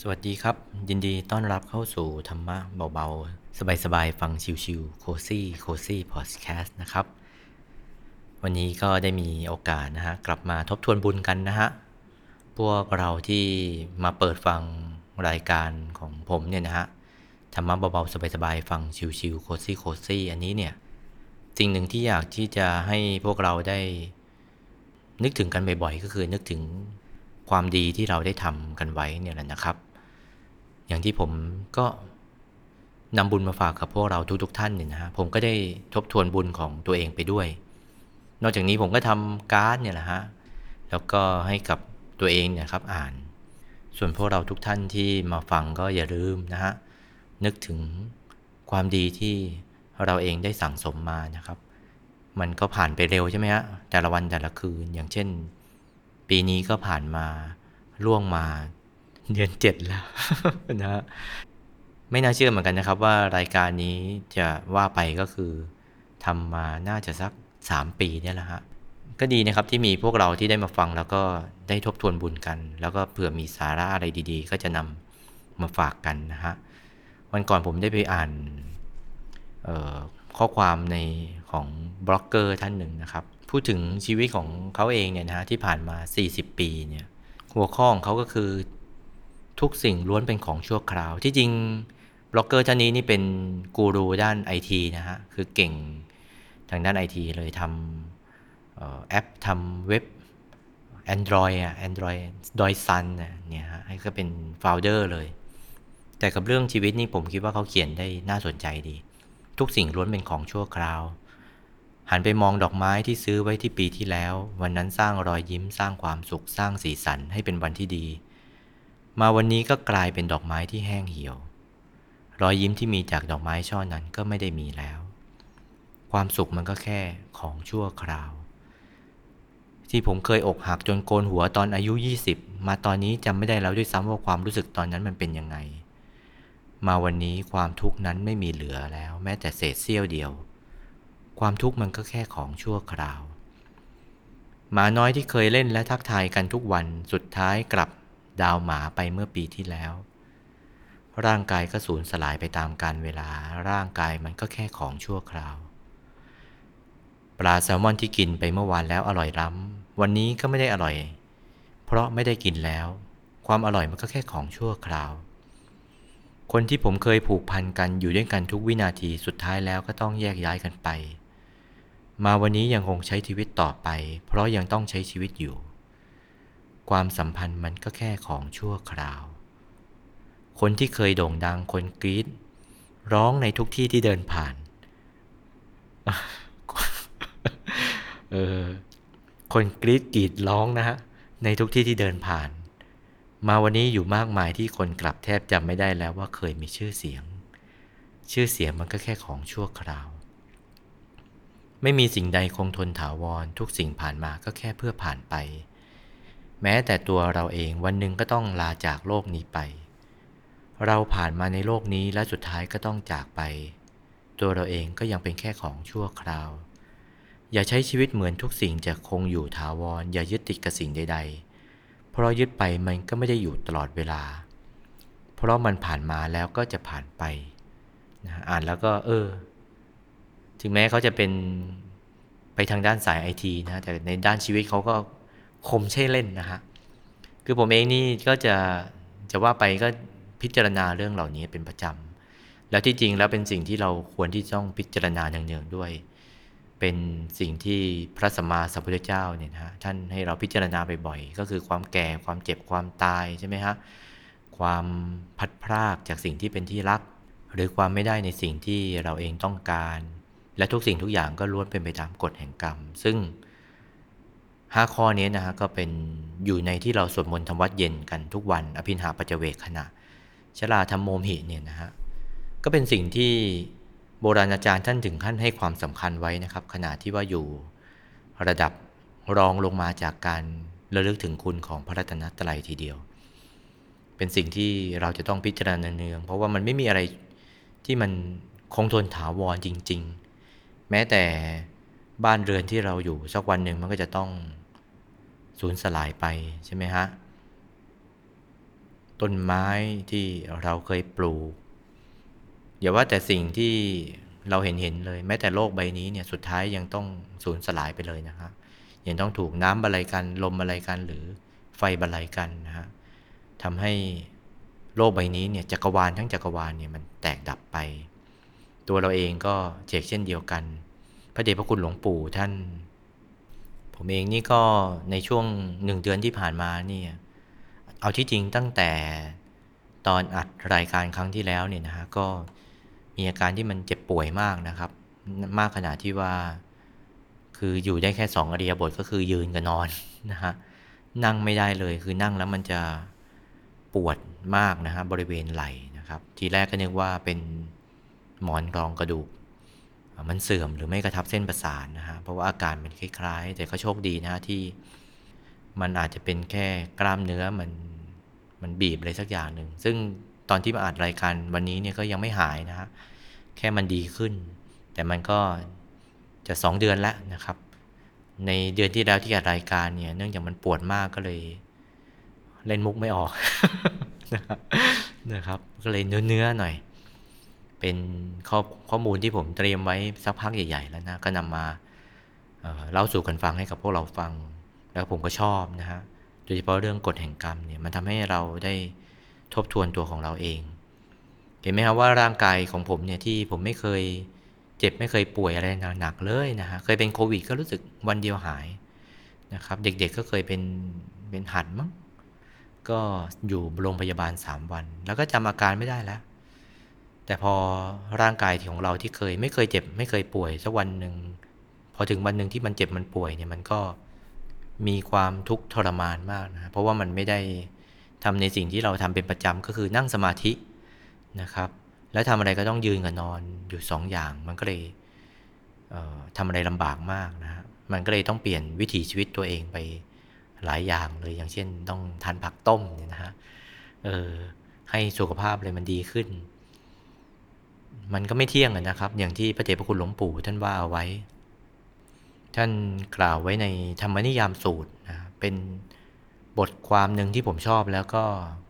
สวัสดีครับยินดีต้อนรับเข้าสู่ธรรมะเบาๆสบายๆฟังชิวๆโคซี่โคซี่พอดแคสต์นะครับวันนี้ก็ได้มีโอกาสนะฮะกลับมาทบทวนบุญกันนะฮะพวกเราที่มาเปิดฟังรายการของผมเนี่ยนะฮะธรรมะเบาๆสบายๆฟังชิวๆโคซี่โคซี่อันนี้เนี่ยสิ่งหนึ่งที่อยากที่จะให้พวกเราได้นึกถึงกันบ่อยๆก็คือนึกถึงความดีที่เราได้ทำกันไว้เนี่ยแหละนะครับ อย่างที่ผมก็นำบุญมาฝากกับพวกเราทุกๆท่านเนี่ยนะฮะผมก็ได้ทบทวนบุญของตัวเองไปด้วยนอกจากนี้ผมก็ทำการ์ดเนี่ยแหละฮะแล้วก็ให้กับตัวเองเนี่ยครับอ่านส่วนพวกเราทุกท่านที่มาฟังก็อย่าลืมนะฮะนึกถึงความดีที่เราเองได้สั่งสมมานะครับมันก็ผ่านไปเร็วใช่ไหมฮะแต่ละวันแต่ละคืนอย่างเช่นปีนี้ก็ผ่านมาล่วงมาเดือน7แล้วนะฮะ ไม่น่าเชื่อเหมือนกันนะครับว่ารายการนี้จะว่าไปก็คือทำมาน่าจะสัก3 ปีเนี่ยแหละฮะก็ดีนะครับที่มีพวกเราที่ได้มาฟังแล้วก็ได้ทบทวนบุญกันแล้วก็เผื่อมีสาระอะไรดีๆก็จะนำมาฝากกันนะฮะวันก่อนผมได้ไปอ่านข้อความในของบล็อกเกอร์ท่านหนึ่งนะครับพูดถึงชีวิตของเขาเองเนี่ยนะฮะที่ผ่านมา40 ปีเนี่ยหัวข้อของเขาก็คือ ทุกสิ่งล้วนเป็นของชั่วคราวที่จริงบล็อกเกอร์ท่านนี้นี่เป็นกูรูด้านไอทีนะฮะคือเก่งทางด้านไอทีเลยทำแอปทำเว็บ Android Android Sun เนี่ยฮะก็เป็นโฟลเดอร์เลยแต่กับเรื่องชีวิตนี่ผมคิดว่าเขาเขียนได้น่าสนใจดีทุกสิ่งล้วนเป็นของชั่วคราวหันไปมองดอกไม้ที่ซื้อไว้ที่ปีที่แล้ววันนั้นสร้างรอยยิ้มสร้างความสุขสร้างสีสันให้เป็นวันที่ดี มาวันนี้ก็กลายเป็นดอกไม้ที่แห้งเหี่ยวรอยยิ้มที่มีจากดอกไม้ช่อนั้นก็ไม่ได้มีแล้วความสุขมันก็แค่ของชั่วคราวที่ผมเคยอกหักจนโกนหัวตอนอายุ20มาตอนนี้จำไม่ได้แล้วด้วยซ้ำว่าความรู้สึกตอนนั้นมันเป็นยังไงมาวันนี้ความทุกข์นั้นไม่มีเหลือแล้วแม้แต่เศษเสี้ยวเดียวความทุกข์มันก็แค่ของชั่วคราวหมาน้อยที่เคยเล่นและทักทายกันทุกวันสุดท้ายกลับดาวหมาไปเมื่อปีที่แล้ว ร่างกายก็สูญสลายไปตามกาลเวลา ร่างกายมันก็แค่ของชั่วคราว ปลาแซลมอนที่กินไปเมื่อวานแล้วอร่อยล้ำวันนี้ก็ไม่ได้อร่อย เพราะไม่ได้กินแล้ว ความอร่อยมันก็แค่ของชั่วคราว คนที่ผมเคยผูกพันกันอยู่ด้วยกันทุกวินาทีสุดท้ายแล้วก็ต้องแยกย้ายกันไป มาวันนี้ยังคงใช้ชีวิตต่อไป เพราะยังต้องใช้ชีวิตอยู่ ความสัมพันธ์มันก็แค่ของชั่วคราว คนที่เคยโด่งดังคนกรี๊ดร้องในทุกที่ที่เดินผ่านเออคนกรี๊ดกรีดร้องนะฮะในทุกที่ที่เดินผ่านมาวันนี้อยู่มากมายที่คนกลับแทบจำไม่ได้แล้วว่าเคยมีชื่อเสียงมันก็แค่ของชั่วคราวไม่มีสิ่งใดคงทนถาวรทุกสิ่งผ่านมาก็แค่เพื่อผ่านไปแม้แต่ตัวเราเองวันหนึ่งก็ต้องลาจากโลกนี้ไป เราผ่านมาในโลกนี้และสุดท้ายก็ต้องจากไปตัวเราเองก็ยังเป็นแค่ของชั่วคราวอย่าใช้ชีวิตเหมือนทุกสิ่งจะคงอยู่ถาวรอย่ายึดติดกับสิ่งใดๆเพราะยึดไปมันก็ไม่ได้อยู่ตลอดเวลาเพราะมันผ่านมาแล้วก็จะผ่านไปนะอ่านแล้วก็ถึงแม้เขาจะเป็นไปทางด้านสายไอทีนะแต่ในด้านชีวิตเขาก็คมใช่เล่นนะฮะคือผมเองนี่ก็จะว่าไปก็พิจารณาเรื่องเหล่านี้เป็นประจำแล้วที่จริงแล้วเป็นสิ่งที่เราควรที่ต้องพิจารณาเนืองๆด้วยเป็นสิ่งที่พระสัมมาสัมพุทธเจ้าเนี่ยนะฮะท่านให้เราพิจารณาบ่อยๆก็คือความแก่ความเจ็บความตายใช่ไหมฮะความพัดพรากจากสิ่งที่เป็นที่รักหรือความไม่ได้ในสิ่งที่เราเองต้องการและทุกสิ่งทุกอย่างก็ล้วนเป็นไปตามกฎแห่งกรรมซึ่ง5 ข้อนี้นะฮะก็เป็นอยู่ในที่เราสวดมนต์ทำวัดเย็นกันทุกวันอภินหาปัจเจเวคขณะชลาธรรมโมหิเนี่ยนะฮะก็เป็นสิ่งที่โบราณอาจารย์ท่านถึงขั้นให้ความสำคัญไว้นะครับขณะที่ว่าอยู่ระดับรองลงมาจากการระลึกถึงคุณของพระรัตนตรัยทีเดียวเป็นสิ่งที่เราจะต้องพิจารณาเนืองๆเพราะว่ามันไม่มีอะไรที่มันคงทนถาวรจริงๆแม้แต่บ้านเรือนที่เราอยู่สักวันหนึ่งมันก็จะต้องสูญสลายไปใช่ไหมฮะต้นไม้ที่เราเคยปลูกอย่าว่าแต่สิ่งที่เราเห็นเลยแม้แต่โลกใบนี้เนี่ยสุดท้ายยังต้องสูญสลายไปเลยนะครับยังต้องถูกน้ำบรรลัยกันลมบรรลัยกันหรือไฟบรรลัยกันนะฮะทำให้โลกใบนี้เนี่ยจักรวาลทั้งจักรวาลเนี่ยมันแตกดับไปตัวเราเองก็เช่นเดียวกันพระเดชพระคุณหลวงปู่ท่านผมเองนี่ก็ในช่วง1 เดือนที่ผ่านมาเนี่ยเอาที่จริงตั้งแต่ตอนอัดรายการครั้งที่แล้วเนี่ยนะฮะก็มีอาการที่มันเจ็บป่วยมากนะครับมากขนาดที่ว่าคืออยู่ได้แค่2 อิริยาบถก็คือยืนกับนอนนะฮะนั่งไม่ได้เลยคือนั่งแล้วมันจะปวดมากนะฮะบริเวณไหล่นะครับทีแรกก็นึกว่าเป็นหมอนรองกระดูกมันเสื่อมหรือไม่กระทับเส้นประสาทนะฮะเพราะว่าอาการมันคล้ายๆแต่ก็โชคดีนะที่มันอาจจะเป็นแค่กล้ามเนื้อมันบีบอะไรสักอย่างหนึ่งซึ่งตอนที่มาอัดรายการวันนี้เนี่ยก็ยังไม่หายนะฮะแค่มันดีขึ้นแต่มันก็จะ2 เดือนแล้วนะครับในเดือนที่แล้วที่อัดรายการเนี่ยเนื่องจากมันปวดมากก็เลยเล่นมุกไม่ออก นะครับก็เลยเนื้อหน่อยเป็นข้อมูลที่ผมเตรียมไว้สักพักใหญ่ๆแล้วนะก็นำมาเล่าสู่กันฟังให้กับพวกเราฟังแล้วผมก็ชอบนะฮะโดยเฉพาะเรื่องกฎแห่งกรรมเนี่ยมันทำให้เราได้ทบทวนตัวของเราเองเห็นไหมครับว่าร่างกายของผมเนี่ยที่ผมไม่เคยเจ็บไม่เคยป่วยอะไรหนักๆเลยนะฮะเคยเป็นโควิดก็รู้สึกวันเดียวหายนะครับเด็กๆก็เคยเป็นหัดมั้งก็อยู่โรงพยาบาล3 วัน แล้วก็จำอาการไม่ได้แล้วแต่พอร่างกายของเราที่ไม่เคยเจ็บไม่เคยป่วยสักวันหนึ่งพอถึงวันหนึ่งที่มันเจ็บมันป่วยเนี่ยมันก็มีความทุกข์ทรมานมากนะเพราะว่ามันไม่ได้ทำในสิ่งที่เราทำเป็นประจำก็คือนั่งสมาธินะครับแล้วทำอะไรก็ต้องยืนกับนอนอยู่2 อย่างมันก็เลยทำอะไรลำบากมากนะฮะมันก็เลยต้องเปลี่ยนวิถีชีวิตตัวเองไปหลายอย่างเลยอย่างเช่นต้องทานผักต้มเนี่ยนะฮะให้สุขภาพอะไรมันดีขึ้นมันก็ไม่เที่ยงนะครับอย่างที่พระเดชพระคุณหลวงปู่ท่านว่าเอาไว้ท่านกล่าวไว้ในธรรมนิยามสูตรนะเป็นบทความหนึ่งที่ผมชอบแล้วก็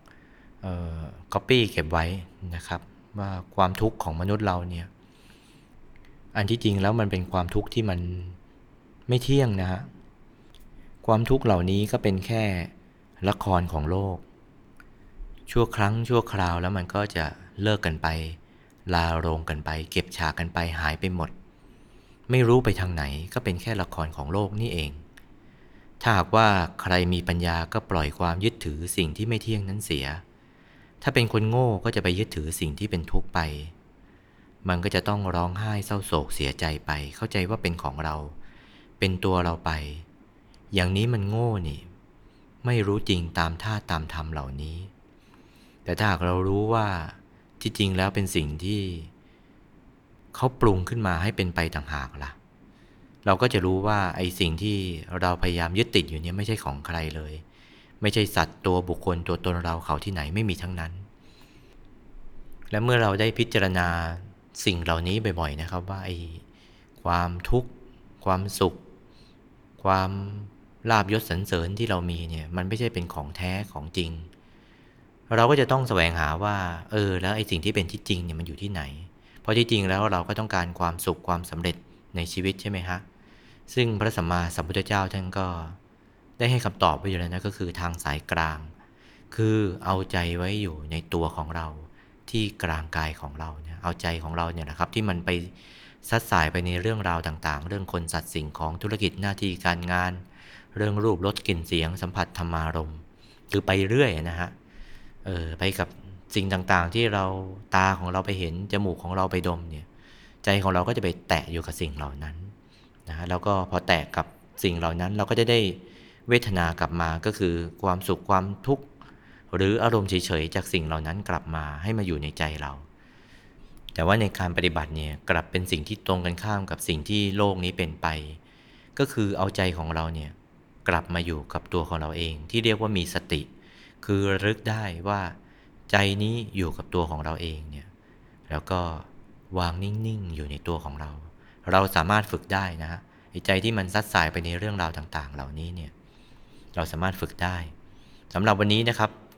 copy เก็บไว้นะครับว่าความทุกข์ของมนุษย์เราเนี่ยอันที่จริงแล้วมันเป็นความทุกข์ที่มันไม่เที่ยงนะฮะความทุกข์เหล่านี้ก็เป็นแค่ละครของโลกชั่วครั้งชั่วคราวแล้วมันก็จะเลิกกันไปลาโรงกันไปเก็บฉากกันไปหายไปหมดไม่รู้ไปทางไหนก็เป็นแค่ละครของโลกนี่เองถ้าหากว่าใครมีปัญญาก็ปล่อยความยึดถือสิ่งที่ไม่เที่ยงนั้นเสียถ้าเป็นคนโง่ก็จะไปยึดถือสิ่งที่เป็นทุกข์ไปมันก็จะต้องร้องไห้เศร้าโศกเสียใจไปเข้าใจว่าเป็นของเราเป็นตัวเราไปอย่างนี้มันโง่นี่ไม่รู้จริงตามท่าตามธรรมเหล่านี้แต่ถ้าหากเรารู้ว่าที่จริงแล้วเป็นสิ่งที่เขาปรุงขึ้นมาให้เป็นไปต่างหากล่ะเราก็จะรู้ว่าไอ้สิ่งที่เราพยายามยึดติดอยู่เนี่ยไม่ใช่ของใครเลยไม่ใช่สัตว์ตัวบุคคลตัวตนเราเขาที่ไหนไม่มีทั้งนั้นและเมื่อเราได้พิจารณาสิ่งเหล่านี้บ่อยๆนะครับว่าไอ้ความทุกข์ความสุขความลาภยศสรรเสริญที่เรามีเนี่ยมันไม่ใช่เป็นของแท้ของจริงเราก็จะต้องแสวงหาว่าแล้วไอ้สิ่งที่เป็นที่จริงเนี่ยมันอยู่ที่ไหนเพราะที่จริงแล้วเราก็ต้องการความสุขความสำเร็จในชีวิตใช่ไหมฮะซึ่งพระสัมมาสัมพุทธเจ้าท่านก็ได้ให้คำตอบไว้อยู่แล้วนะก็คือทางสายกลางคือเอาใจไว้อยู่ในตัวของเราที่กลางกายของเราเนี่ยเอาใจของเราเนี่ยนะครับที่มันไปซัดสายไปในเรื่องราวต่างๆเรื่องคนสัตว์สิ่งของธุรกิจหน้าที่การงานเรื่องรูปรสกลิ่นเสียงสัมผัสธรรมารมณ์คือไปเรื่อยนะฮะไปกับสิ่งต่างๆที่เราตาของเราไปเห็นจมูกของเราไปดมเนี่ยใจของเราก็จะไปแตะอยู่กับสิ่งเหล่านั้นนะแล้วก็พอแตะกับสิ่งเหล่านั้นเราก็จะได้เวทนากลับมาก็คือความสุขความทุกข์หรืออารมณ์เฉยๆจากสิ่งเหล่านั้นกลับมาให้มาอยู่ในใจเราแต่ว่าในการปฏิบัติเนี่ยกลับเป็นสิ่งที่ตรงกันข้ามกับสิ่งที่โลกนี้เป็นไปก็คือเอาใจของเราเนี่ยกลับมาอยู่กับตัวของเราเองที่เรียกว่ามีสติคือระลึกได้ว่าใจนี้อยู่กับตัวของเราเองเนี่ยแล้วก็วางนิ่งๆอยู่ในตัวของเราเราสามารถฝึกได้นะฮะใจที่มันซัดสายไปในเรื่องราวต่างๆเหล่านี้เนี่ยเราสามารถฝึกได้สำหรับวันนี้นะครับ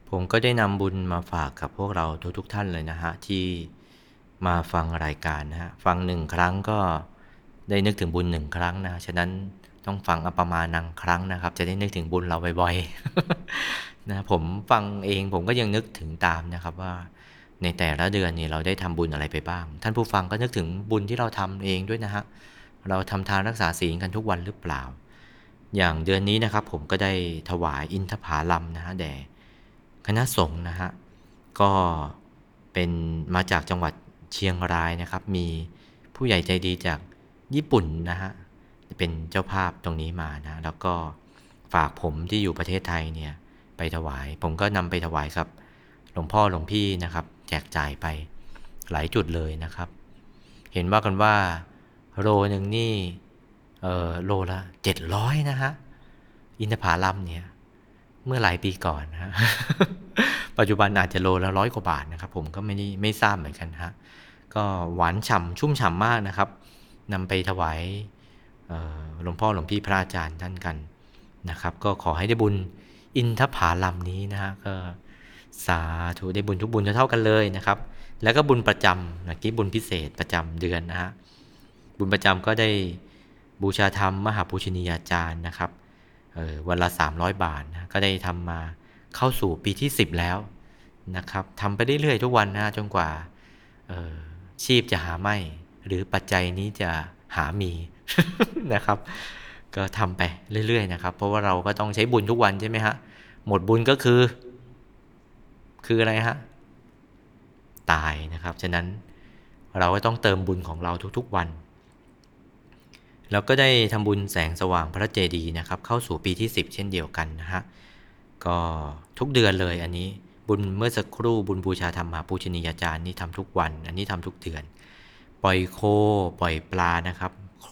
ผมก็ได้นำบุญมาฝากกับพวกเราทุกท่านเลยนะฮะที่มาฟังรายการนะฮะฟังหนึ่งครั้งก็ได้นึกถึงบุญหนึ่งครั้งนะฉะนั้นต้องฟังประมาณนังครั้งนะครับจะได้นึกถึงบุญเราบ่อยๆนะผมฟังเองผมก็ยังนึกถึงตามนะครับว่าในแต่ละเดือนนี่เราได้ทำบุญอะไรไปบ้างท่านผู้ฟังก็นึกถึงบุญที่เราทำเองด้วยนะฮะเราทำทานรักษาศีลกันทุกวันหรือเปล่าอย่างเดือนนี้นะครับผมก็ได้ถวายอินทผลัมนะฮะแด่คณะสงฆ์นะฮะก็เป็นมาจากจังหวัดเชียงรายนะครับมีผู้ใหญ่ใจดีจากญี่ปุ่นนะฮะเป็นเจ้าภาพตรงนี้มานะแล้วก็ฝากผมที่อยู่ประเทศไทยเนี่ยไปถวายผมก็นำไปถวายกับหลวงพ่อหลวงพี่นะครับแจกจ่ายไปหลายจุดเลยนะครับเห็นว่ากันว่าโลนึงนี่โลละ700นะฮะอินทผลัมเนี่ยเมื่อหลายปีก่อนนะฮะ ปัจจุบันอาจจะโลละ100 กว่าบาทนะครับผมก็ไม่ทราบเหมือนกันฮะก็หวานฉ่ำชุ่มฉ่ำมากนะครับนำไปถวายหลวงพ่อหลวงพี่พระอาจารย์ท่านกันนะครับก็ขอให้ได้บุญอินทผลัมนี้นะฮะก็สาธุได้บุญทุกบุญเท่ากันเลยนะครับแล้วก็บุญประจำเมื่อกี้บุญพิเศษประจำเดือนนะฮะบุญประจำก็ได้บูชาธรรมมหาปูชนียาจารย์นะครับวันละ300 บาทนะก็ได้ทำมาเข้าสู่ปีที่10แล้วนะครับทำไปเรื่อยๆทุกวันนะจนกว่าชีพจะหาไม่หรือปัจจัยนี้จะหามี นะครับก็ทำไปเรื่อยๆนะครับเพราะว่าเราก็ต้องใช้บุญทุกวันใช่ไหมฮะหมดบุญก็คืออะไรฮะตายนะครับฉะนั้นเราก็ต้องเติมบุญของเราทุกๆวันแล้วก็ได้ทำบุญแสงสว่างพระเจดีย์นะครับเข้าสู่ปีที่10เช่นเดียวกันนะฮะก็ทุกเดือนเลยอันนี้บุญเมื่อสักครู่บุญบูชาธรรมมหาปูชนียาจารย์นี่ทำทุกวันอันนี้ทำทุกเดือนปล่อยโคปล่อยปลานะครับโค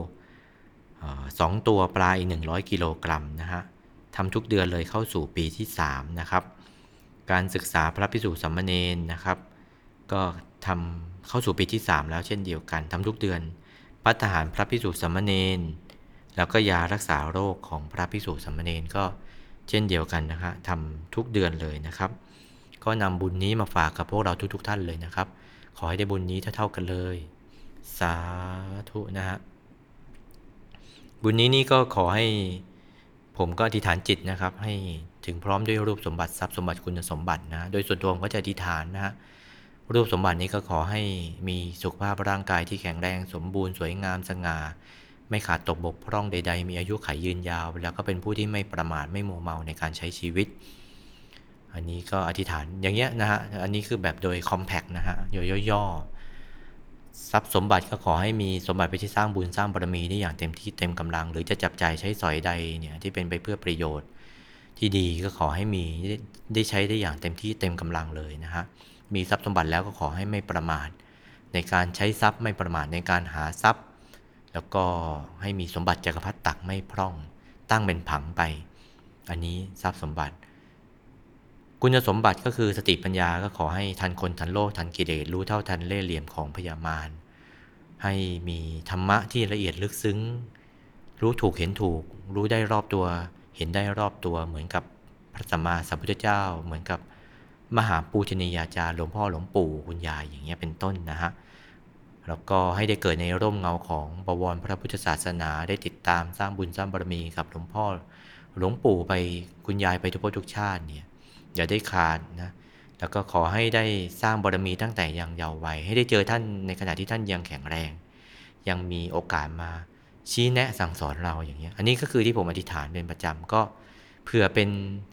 2 ตัวปลาอีก100 กิโลกรัมนะฮะทำทุกเดือนเลยเข้าสู่ปีที่3นะครับการศึกษาพระภิกษุสามเณรนะครับก็ทำเข้าสู่ปีที่3แล้วเช่นเดียวกันทำทุกเดือนภัตตาหารพระภิกษุสามเณรแล้วก็ยารักษาโรคของพระภิกษุสามเณรก็เช่นเดียวกันนะฮะทำทุกเดือนเลยนะครับก็นำบุญนี้มาฝากกับพวกเราทุกท่านเลยนะครับขอให้ได้บุญนี้เท่าๆกันเลยสาธุนะฮะบุญนี้นี่ก็ขอให้ผมก็อธิษฐานจิตนะครับให้ถึงพร้อมด้วยรูปสมบัติทรัพย์สมบัติคุณสมบัตินะโดยส่วนตัวผมก็จะอธิษฐานนะฮะรูปสมบัตินี้ก็ขอให้มีสุขภาพร่างกายที่แข็งแรงสมบูรณ์สวยงามสง่าไม่ขาดตกบกพร่องใดๆมีอายุขัยยืนยาวแล้วก็เป็นผู้ที่ไม่ประมาทไม่มัวเมาในการใช้ชีวิตอันนี้ก็อธิษฐานอย่างเงี้ยนะฮะอันนี้คือแบบโดยคอมแพคนะฮะย่อๆทรัพย์สมบัติก็ขอให้มีสมบัติไปที่สร้างบุญสร้างบารมีได้อย่างเต็มที่เต็มกำลังหรือจะจับจ่ายใช้สอยใดเนี่ยที่เป็นไปเพื่อประโยชน์ที่ดีก็ขอให้มีได้ใช้ได้อย่างเต็มที่เต็มกำลังเลยนะฮะมีทรัพย์สมบัติแล้วก็ขอให้ไม่ประมาทในการใช้ทรัพย์ไม่ประมาทในการหาทรัพย์แล้วก็ให้มีสมบัติจักรพรรดิตักไม่พร่องตั้งเป็นผังไปอันนี้ทรัพย์สมบัติคุณสมบัติก็คือสติปัญญาก็ขอให้ทันคนทันโลกทันกิเลสรู้เท่าทันเล่ห์เหลี่ยมของพยามารให้มีธรรมะที่ละเอียดลึกซึ้งรู้ถูกเห็นถูกรู้ได้รอบตัวเห็นได้รอบตัวเหมือนกับพระสัมมาสัมพุทธเจ้าเหมือนกับมหาปูชนียาจารย์หลวงพ่อหลวงปู่คุณยายอย่างเงี้ยเป็นต้นนะฮะแล้วก็ให้ได้เกิดในร่มเงาของบวรพระพุทธศาสนาได้ติดตามสร้างบุญสร้างบารมีกับหลวงพ่อหลวงปู่ไปคุณยายไปทุกภพทุกชาติเนี่ยอย่าได้ขาดนะแล้วก็ขอให้ได้สร้างบารมีตั้งแต่ยังเยาว์วัยให้ได้เจอท่านในขณะที่ท่านยังแข็งแรงยังมีโอกาสมาชี้แนะสั่งสอนเราอย่างเงี้ยอันนี้ก็คือที่ผมอธิษฐานเป็นประจำก็เผื่อเป็น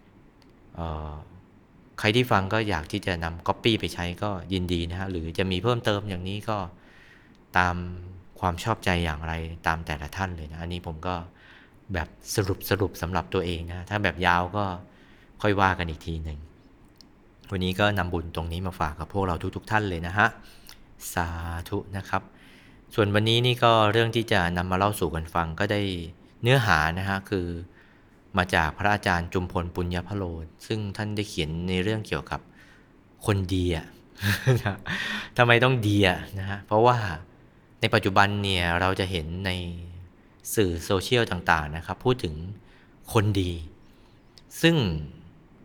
ใครที่ฟังก็อยากที่จะนำก๊อปปี้ไปใช้ก็ยินดีนะฮะหรือจะมีเพิ่มเติมอย่างนี้ก็ตามความชอบใจอย่างไรตามแต่ละท่านเลยนะอันนี้ผมก็แบบสรุปสำหรับตัวเองนะถ้าแบบยาวก็ค่อยว่ากันอีกทีหนึ่งวันนี้ก็นำบุญตรงนี้มาฝากกับพวกเราทุกท่านเลยนะฮะสาธุนะครับส่วนวันนี้นี่ก็เรื่องที่จะนำมาเล่าสู่กันฟังก็ได้เนื้อหานะฮะคือมาจากพระอาจารย์จุมพลปุญญพโลซึ่งท่านได้เขียนในเรื่องเกี่ยวกับคนดีอ่ะ ทำไมต้องดีอ่ะนะฮะเพราะว่าในปัจจุบันเนี่ยเราจะเห็นในสื่อโซเชียลต่างๆนะครับพูดถึงคนดีซึ่ง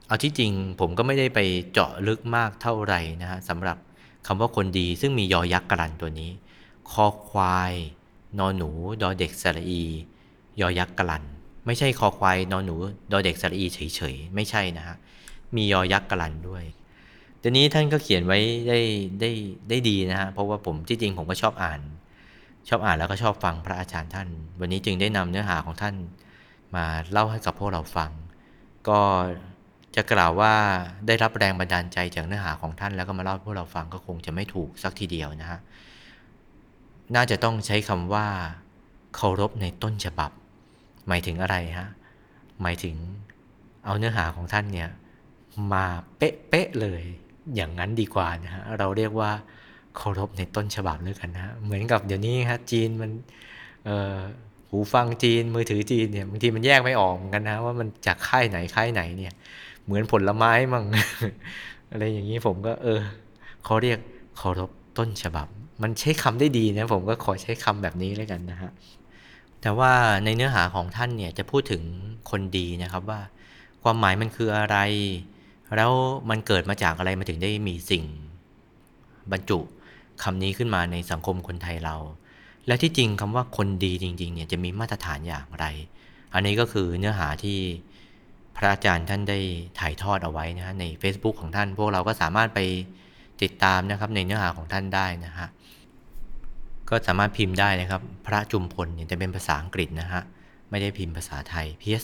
เอาที่จริงผมก็ไม่ได้ไปเจาะลึกมากเท่าไหร่นะฮะสำหรับคำว่าคนดีซึ่งมียอยักษ์กรันตัวนี้คอควายนอหนูดอเด็กสระอียอยักษ์กรันไม่ใช่คอควายนอหนูดอเด็กสระอีเฉยๆไม่ใช่นะฮะมียอยักษ์กรันด้วยทีนี้ท่านก็เขียนไว้ได้ดีนะฮะเพราะว่าผมที่จริงผมก็ชอบอ่านแล้วก็ชอบฟังพระอาจารย์ท่านวันนี้จึงได้นำเนื้อหาของท่านมาเล่าให้กับพวกเราฟังก็จะกล่าวว่าได้รับแรงบันดาลใจจากเนื้อหาของท่านแล้วก็มาเล่าให้พวกเราฟังก็คงจะไม่ถูกสักทีเดียวนะฮะน่าจะต้องใช้คำว่าเคารพในต้นฉบับหมายถึงอะไรฮะหมายถึงเอาเนื้อหาของท่านเนี่ยมาเป๊ะๆเลยอย่างนั้นดีกว่านะฮะเราเรียกว่าเคารพในต้นฉบับเลยกันนะเหมือนกับเดี๋ยวนี้ฮะจีนมันหูฟังจีนมือถือจีนเนี่ยบางทีมันแยกไม่ออกเหมือนกันนะว่ามันจากค่ายไหนเนี่ยเหมือนผลไม้มั่ง อะไรอย่างนี้ผมก็เขาเรียกเคารพต้นฉบับมันใช้คำได้ดีนะผมก็ขอใช้คำแบบนี้แล้วกันนะฮะแต่ว่าในเนื้อหาของท่านเนี่ยจะพูดถึงคนดีนะครับว่าความหมายมันคืออะไรแล้วมันเกิดมาจากอะไรมาถึงได้มีสิ่งบรรจุคำนี้ขึ้นมาในสังคมคนไทยเราและที่จริงคำว่าคนดีจริงๆเนี่ยจะมีมาตรฐานอย่างไรอันนี้ก็คือเนื้อหาที่พระอาจารย์ท่านได้ถ่ายทอดเอาไว้นะฮะใน Facebook ของท่านพวกเราก็สามารถไปติดตามนะครับในเนื้อหาของท่านได้นะฮะก็สามารถพิมพ์ได้นะครับพระจุมพลเนี่ยจะเป็นภาษาอังกฤษนะฮะไม่ได้พิมพ์ภาษาไทย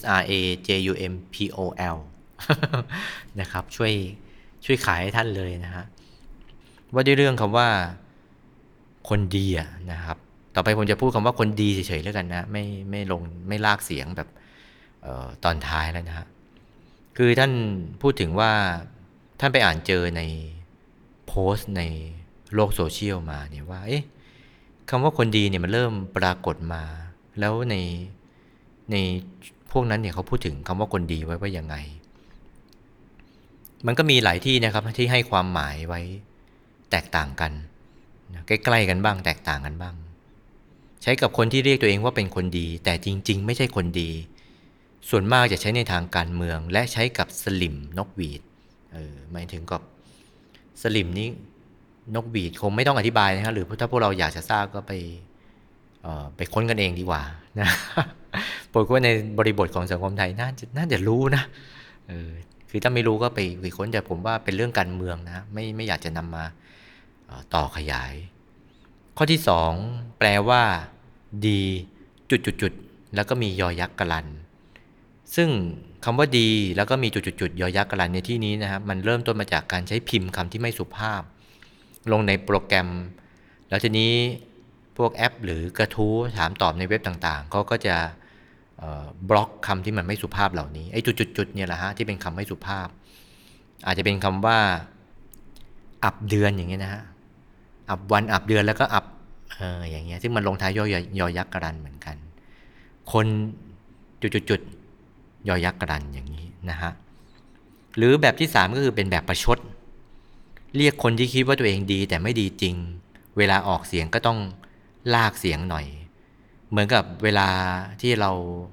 PSRAJUMPOL นะครับช่วยขายให้ท่านเลยนะฮะว่าด้วยเรื่องคำว่าคนดีนะครับต่อไปผมจะพูดคำว่าคนดีเฉยๆแล้วกันนะไม่ลากเสียงแบบตอนท้ายแล้วนะฮะคือท่านพูดถึงว่าท่านไปอ่านเจอในโพสต์ในโลกโซเชียลมาเนี่ยว่าคำว่าคนดีเนี่ยมันเริ่มปรากฏมาแล้วในพวกนั้นเนี่ยเขาพูดถึงคำว่าคนดีไว้ว่ายังไงมันก็มีหลายที่นะครับที่ให้ความหมายไว้แตกต่างกันใกล้ๆกันบ้างแตกต่างกันบ้างใช้กับคนที่เรียกตัวเองว่าเป็นคนดีแต่จริงๆไม่ใช่คนดีส่วนมากจะใช้ในทางการเมืองและใช้กับสลิมนกหวีดหมายถึงกับสลิมนี้นกหวีดคงไม่ต้องอธิบายนะครับหรือถ้าพวกเราอยากจะทราบก็ไปค้นกันเองดีกว่านะปรากฏว่าในบริบทของสังคมไทยน่าจะรู้นะคือถ้าไม่รู้ก็ไปค้นแต่ผมว่าเป็นเรื่องการเมืองนะไม่อยากจะนำมาต่อขยายข้อที่2แปลว่าดีจุดแล้วก็มียอยักษ์กรันซึ่งคำว่าดีแล้วก็มีจุดยอยักษ์กรันในที่นี้นะครับมันเริ่มต้นมาจากการใช้พิมพ์คำที่ไม่สุภาพลงในโปรแกรมแล้วทีนี้พวกแอปหรือกระทู้ถามตอบในเว็บต่างๆเขาก็จะบล็อกคำที่มันไม่สุภาพเหล่านี้ไอ้จุดเนี่ยแหละฮะที่เป็นคำไม่สุภาพอาจจะเป็นคำว่าอับเดือนอย่างเงี้ยนะฮะอับวันอับเดือนแล้วก็อับอย่างเงี้ยซึ่งมันลงท้ายยอยักษ์กรันเหมือนกันคนจุดยอยักษ์กรันอย่างนี้นะฮะหรือแบบที่3ก็คือเป็นแบบประชดเรียกคนที่คิดว่าตัวเองดีแต่ไม่ดีจริงเวลาออกเสียงก็ต้องลากเสียงหน่อยเหมือนกับเวลาที่เรา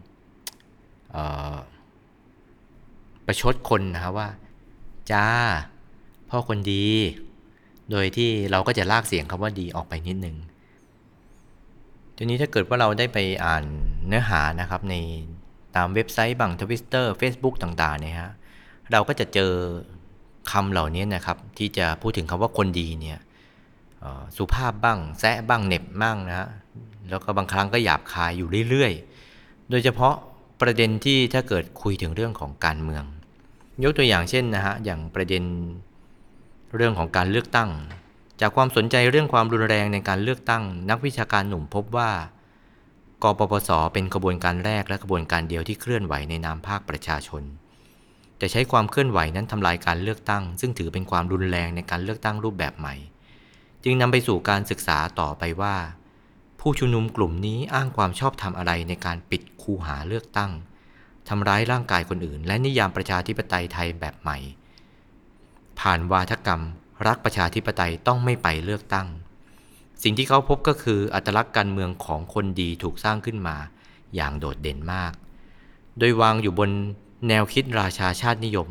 ประชดคนนะครับว่าจ้าพ่อคนดีโดยที่เราก็จะลากเสียงคำว่าดีออกไปนิดนึงทีนี้ถ้าเกิดว่าเราได้ไปอ่านเนื้อหานะครับในตามเว็บไซต์บาง Twitter Facebook ต่างๆเนี่ยฮะเราก็จะเจอคำเหล่านี้นะครับที่จะพูดถึงคำว่าคนดีเนี่ยสุภาพบ้างแซะบ้างเหน็บบ้างนะฮะแล้วก็บางครั้งก็หยาบคายอยู่เรื่อยๆโดยเฉพาะประเด็นที่ถ้าเกิดคุยถึงเรื่องของการเมืองยกตัวอย่างเช่นนะฮะอย่างประเด็นเรื่องของการเลือกตั้งจากความสนใจเรื่องความรุนแรงในการเลือกตั้งนักวิชาการหนุ่มพบว่ากปปส.เป็นขบวนการแรกและขบวนการเดียวที่เคลื่อนไหวในนามภาคประชาชนแต่ใช้ความเคลื่อนไหวนั้นทำลายการเลือกตั้งซึ่งถือเป็นความรุนแรงในการเลือกตั้งรูปแบบใหม่จึงนำไปสู่การศึกษาต่อไปว่าผู้ชุมนุมกลุ่มนี้อ้างความชอบธรรมอะไรในการปิดคูหาเลือกตั้งทำร้ายร่างกายคนอื่นและนิยามประชาธิปไตยไทยแบบใหม่ผ่านวาทกรรมรักประชาธิปไตยต้องไม่ไปเลือกตั้งสิ่งที่เขาพบก็คืออัตลักษณ์การเมืองของคนดีถูกสร้างขึ้นมาอย่างโดดเด่นมากโดยวางอยู่บนแนวคิดราชาชาตินิยม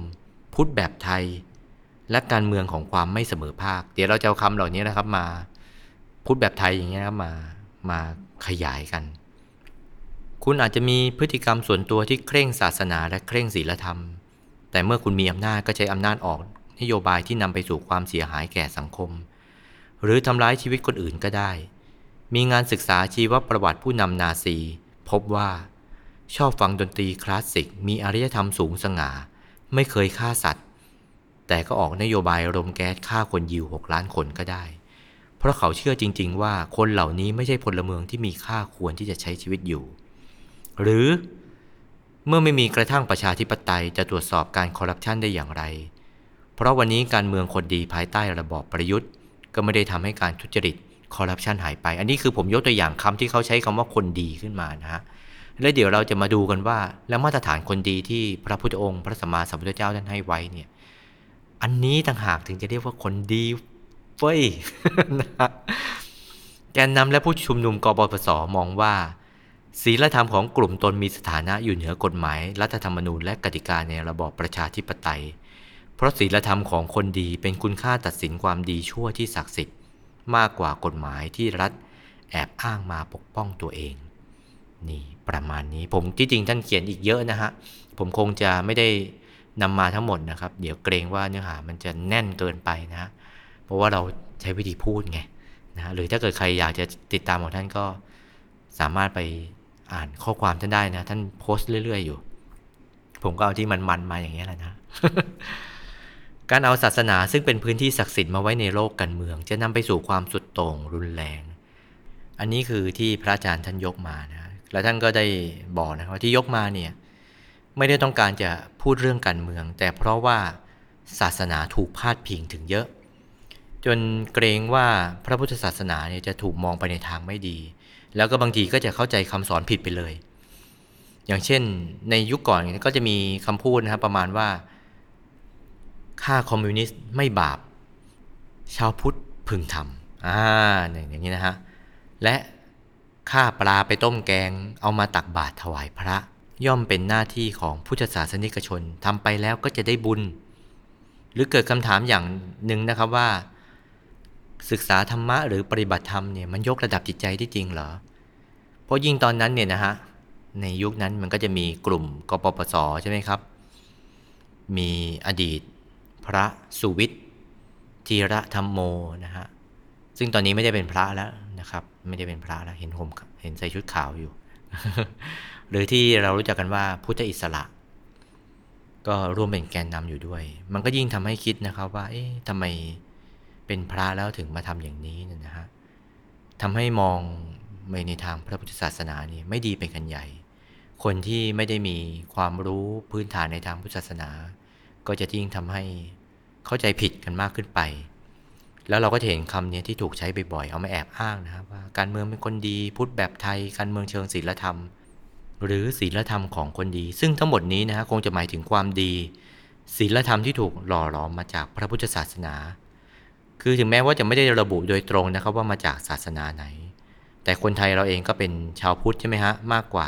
พุทธแบบไทยและการเมืองของความไม่เสมอภาคเดี๋ยวเราจะเอาคำเหล่านี้นะครับมาพุทธแบบไทยอย่างเงี้ยครับมาขยายกันคุณอาจจะมีพฤติกรรมส่วนตัวที่เคร่งศาสนาและเคร่งศีลธรรมแต่เมื่อคุณมีอำนาจก็ใช้อำนาจออกนโยบายที่นำไปสู่ความเสียหายแก่สังคมหรือทำร้ายชีวิตคนอื่นก็ได้มีงานศึกษาชีวประวัติผู้นำนาซีพบว่าชอบฟังดนตรีคลาสสิกมีอารยธรรมสูงสง่าไม่เคยฆ่าสัตว์แต่ก็ออกนโยบายรมแก๊สฆ่าคนยิว6 ล้านคนก็ได้เพราะเขาเชื่อจริงๆว่าคนเหล่านี้ไม่ใช่พลเมืองที่มีค่าควรที่จะใช้ชีวิตอยู่หรือเมื่อไม่มีกระทั่งประชาธิปไตยจะตรวจสอบการคอร์รัปชันได้อย่างไรเพราะวันนี้การเมืองคนดีภายใต้ระบอบประยุทธ์ก็ไม่ได้ทำให้การทุจริตคอร์รัปชันหายไปอันนี้คือผมยกตัวอย่างคำที่เขาใช้คำว่าคนดีขึ้นมานะฮะและเดี๋ยวเราจะมาดูกันว่าแล้วมาตรฐานคนดีที่พระพุทธองค์พระสัมมาสัมพุทธเจ้าท่านให้ไว้เนี่ยอันนี้ต่างหากถึงจะเรียกว่าคนดีเฟ้ย นะแกนนำและผู้ชุมนุมกปปส.มองว่าศีลธรรมของกลุ่มตนมีสถานะอยู่เหนือกฎหมายรัฐธรรมนูญและกติกาในระบอบประชาธิปไตยเพราะศีลธรรมของคนดีเป็นคุณค่าตัดสินความดีชั่วที่ศักดิ์สิทธิ์มากกว่ากฎหมายที่รัฐแอบอ้างมาปกป้องตัวเองนี่ประมาณนี้ผมที่จริงท่านเขียนอีกเยอะนะฮะผมคงจะไม่ได้นำมาทั้งหมดนะครับเดี๋ยวเกรงว่าเนื้อหามันจะแน่นเกินไปนะเพราะว่าเราใช้วิธีพูดไงนะหรือถ้าเกิดใครอยากจะติดตามของท่านก็สามารถไปอ่านข้อความท่านได้นะท่านโพสต์เรื่อยๆอยู่ผมก็เอาที่มันๆมาอย่างนี้แหละนะ การเอาศาสนาซึ่งเป็นพื้นที่ศักดิ์สิทธิ์มาไว้ในโลกการเมืองจะนำไปสู่ความสุดโต่งรุนแรงอันนี้คือที่พระอาจารย์ท่านยกมานะแล้วท่านก็ได้บอกนะว่าที่ยกมาเนี่ยไม่ได้ต้องการจะพูดเรื่องการเมืองแต่เพราะว่าศาสนาถูกพาดพิงถึงเยอะจนเกรงว่าพระพุทธศาสนาเนี่ยจะถูกมองไปในทางไม่ดีแล้วก็บางทีก็จะเข้าใจคำสอนผิดไปเลยอย่างเช่นในยุคก่อนก็จะมีคำพูดนะครับประมาณว่าฆ่าคอมมิวนิสต์ไม่บาปชาวพุทธพึงทำอย่างนี้นะฮะและฆ่าปลาไปต้มแกงเอามาตักบาตรถวายพระย่อมเป็นหน้าที่ของพุทธศาสนิกชนทำไปแล้วก็จะได้บุญหรือเกิดคำถามอย่างหนึ่งนะครับว่าศึกษาธรรมะหรือปฏิบัติธรรมเนี่ยมันยกระดับจิตใจที่จริงเหรอเพราะยิ่งตอนนั้นเนี่ยนะฮะในยุคนั้นมันก็จะมีกลุ่มกปปส.ใช่ไหมครับมีอดีตพระสุวิทย์ธีระธรรมโมนะฮะซึ่งตอนนี้ไม่ได้เป็นพระแล้วนะครับไม่ได้เป็นพระแล้วเห็นใส่ชุดขาวอยู่ หรือที่เรารู้จักกันว่าพุทธอิสระก็ร่วมเป็นแกนนำอยู่ด้วยมันก็ยิ่งทำให้คิดนะครับว่าเอ๊ะทำไมเป็นพระแล้วถึงมาทำอย่างนี้นะฮะทำให้มองในทางพระพุทธศาสนานี่ไม่ดีเป็นกันใหญ่คนที่ไม่ได้มีความรู้พื้นฐานในทางพุทธศาสนาก็จะยิ่งทำให้เข้าใจผิดกันมากขึ้นไปแล้วเราก็จะเห็นคำนี้ที่ถูกใช้บ่อยๆเอามาแอบอ้างนะครับว่าการเมืองเป็นคนดีพุทธแบบไทยการเมืองเชิงศีลธรรมหรือศีลธรรมของคนดีซึ่งทั้งหมดนี้นะฮะคงจะหมายถึงความดีศีลธรรมที่ถูกหล่อหลอมมาจากพระพุทธศาสนาคือถึงแม้ว่าจะไม่ได้ระบุโดยตรงนะครับว่ามาจากศาสนาไหนแต่คนไทยเราเองก็เป็นชาวพุทธใช่ไหมฮะมากกว่า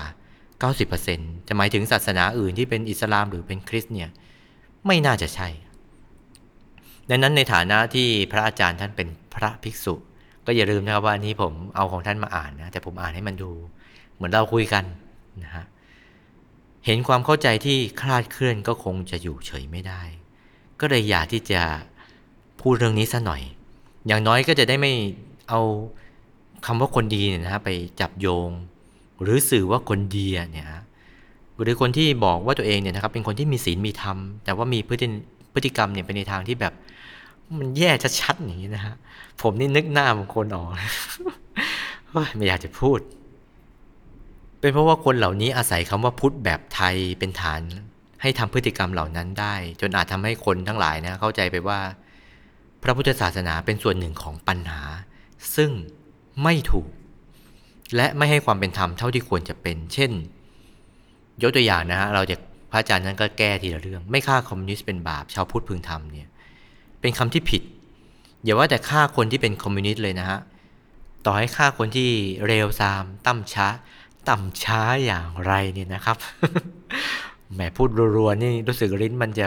90% จะหมายถึงศาสนาอื่นที่เป็นอิสลามหรือเป็นคริสต์เนี่ยไม่น่าจะใช่ดังนั้นในฐานะที่พระอาจารย์ท่านเป็นพระภิกษุก็อย่าลืมนะครับว่านี้ผมเอาของท่านมาอ่านนะแต่ผมอ่านให้มันดูเหมือนเราคุยกันนะฮะเห็นความเข้าใจที่คลาดเคลื่อนก็คงจะอยู่เฉยไม่ได้ก็เลยอยากที่จะพูดเรื่องนี้ซะหน่อยอย่างน้อยก็จะได้ไม่เอาคำว่าคนดีเนี่ยนะฮะไปจับโยงหรือสื่อว่าคนดีเนี่ยหรือคนที่บอกว่าตัวเองเนี่ยนะครับเป็นคนที่มีศีลมีธรรมแต่ว่ามีพฤติกรรมเนี่ยเป็นในทางที่แบบมันแย่ชัดๆอย่างนี้นะฮะผมนี่นึกหน้าบางคนออก ไม่อยากจะพูดเป็นเพราะว่าคนเหล่านี้อาศัยคำว่าพุทธแบบไทยเป็นฐานให้ทำพฤติกรรมเหล่านั้นได้จนอาจทำให้คนทั้งหลายนะเข้าใจไปว่าพระพุทธศาสนาเป็นส่วนหนึ่งของปัญหาซึ่งไม่ถูกและไม่ให้ความเป็นธรรมเท่าที่ควรจะเป็นเช่นยกตัวอย่างนะฮะเราจะพระอาจารย์นั้นก็แก้ทีละเรื่องไม่ฆ่าคอมมิวนิสต์เป็นบาปชาวพุทธพึงทำเนี่ยเป็นคำที่ผิดอย่าว่าแต่ฆ่าคนที่เป็นคอมมิวนิสต์เลยนะฮะต่อให้ฆ่าคนที่เร็วซามต่ำช้าอย่างไรเนี่ยนะครับ แหมพูดรัวๆนี่รู้สึกลิ้นมันจะ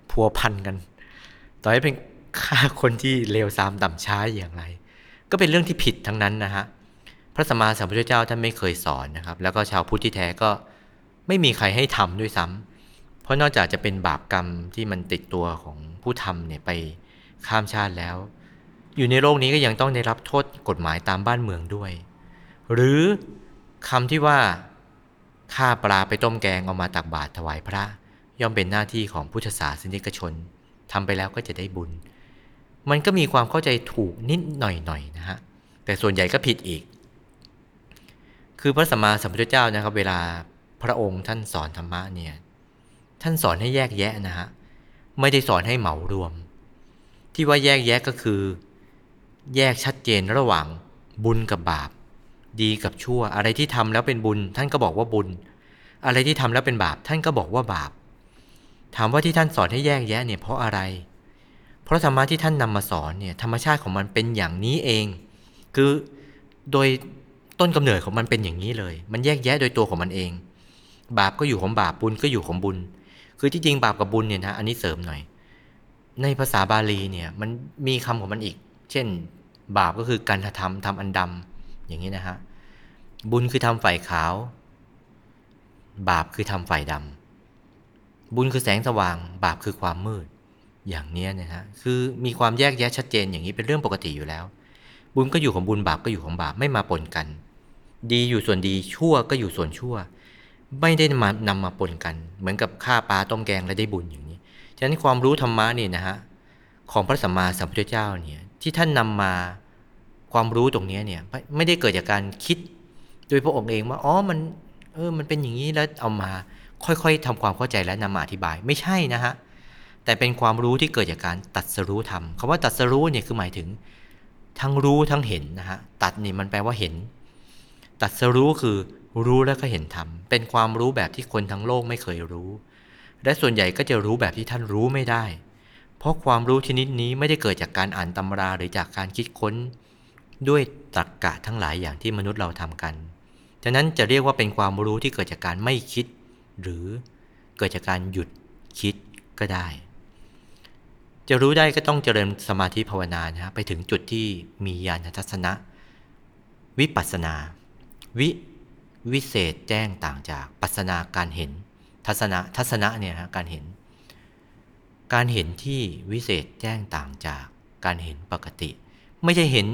พัวพันกันต่อให้เป็นฆ่าคนที่เลวทรามต่ำช้าอย่างไรก็เป็นเรื่องที่ผิดทั้งนั้นนะฮะพระสัมมาสัมพุทธเจ้าท่านไม่เคยสอนนะครับแล้วก็ชาวพุทธที่แท้ก็ไม่มีใครให้ทำด้วยซ้ำเพราะนอกจากจะเป็นบาปกรรมที่มันติดตัวของผู้ทำเนี่ยไปข้ามชาติแล้วอยู่ในโลกนี้ก็ยังต้องได้รับโทษกฎหมายตามบ้านเมืองด้วยหรือคำที่ว่าฆ่าปลาไปต้มแกงเอามาตักบาตรถวายพระย่อมเป็นหน้าที่ของพุทธศาสนิกชนทำไปแล้วก็จะได้บุญมันก็มีความเข้าใจถูกนิดหน่อยๆนะฮะแต่ส่วนใหญ่ก็ผิดอีกคือพระสัมมาสัมพุทธเจ้านะครับเวลาพระองค์ท่านสอนธรรมะเนี่ยท่านสอนให้แยกแยะนะฮะไม่ได้สอนให้เหมารวมที่ว่าแยกแยะก็คือแยกชัดเจนระหว่างบุญกับบาปดีกับชั่วอะไรที่ทำแล้วเป็นบุญท่านก็บอกว่าบุญอะไรที่ทำแล้วเป็นบาปท่านก็บอกว่าบาปถามว่าที่ท่านสอนให้แยกแยะเนี่ยเพราะอะไรเพราะธรรมะที่ท่านนำมาสอนเนี่ยธรรมชาติของมันเป็นอย่างนี้เองคือโดยต้นกำเนิดของมันเป็นอย่างนี้เลยมันแยกแยะโดยตัวของมันเองบาปก็อยู่ของบาปบุญก็อยู่ของบุญคือที่จริงบาปกับบุญเนี่ยนะอันนี้เสริมหน่อยในภาษาบาลีเนี่ยมันมีคำของมันอีกเช่นบาปก็คือการทำอันดำอย่างนี้นะฮะบุญคือทำฝ่ายขาวบาปคือทำฝ่ายดำบุญคือแสงสว่างบาปคือความมืดอย่างนี้นะฮะคือมีความแยกแยะชัดเจนอย่างนี้เป็นเรื่องปกติอยู่แล้วบุญก็อยู่ของบุญบาปก็อยู่ของบาปไม่มาปนกันดีอยู่ส่วนดีชั่วก็อยู่ส่วนชั่วไม่ได้นำมาปนกันเหมือนกับฆ่าปลาต้มแกงแล้วได้บุญอย่างนี้ฉะนั้นความรู้ธรรมะนี่นะฮะของพระสัมมาสัมพุทธเจ้าเนี่ยที่ท่านนำมาความรู้ตรงนี้เนี่ยไม่ได้เกิดจากการคิดโดยพระองค์เองว่าอ๋อมันเป็นอย่างนี้แล้วเอามาค่อยๆทำความเข้าใจและนำมาอธิบายไม่ใช่นะฮะแต่เป็นความรู้ที่เกิดจากการตรัสรู้ธรรมคำว่าตรัสรู้เนี่ยคือหมายถึงทั้งรู้ทั้งเห็นนะฮะตัดนี่มันแปลว่าเห็นตรัสรู้คือรู้แล้วก็เห็นธรรมเป็นความรู้แบบที่คนทั้งโลกไม่เคยรู้และส่วนใหญ่ก็จะรู้แบบที่ท่านรู้ไม่ได้เพราะความรู้ชนิดนี้ไม่ได้เกิดจากการอ่านตำราหรือจากการคิดค้นด้วยตรรกะทั้งหลายอย่างที่มนุษย์เราทำกันฉะนั้นจะเรียกว่าเป็นความรู้ที่เกิดจากการไม่คิดหรือเกิดจากการหยุดคิดก็ได้จะรู้ได้ก็ต้องเจริญสมาธิภาวนานะไปถึงจุดที่มีญาณทัศนะวิปัสสนาวิเศษแจ้งต่างจากปัสสนาการเห็นทัศนะเนี่ยนะการเห็นที่วิเศษแจ้งต่างจากการเห็นปกติไม่ใช่เห็น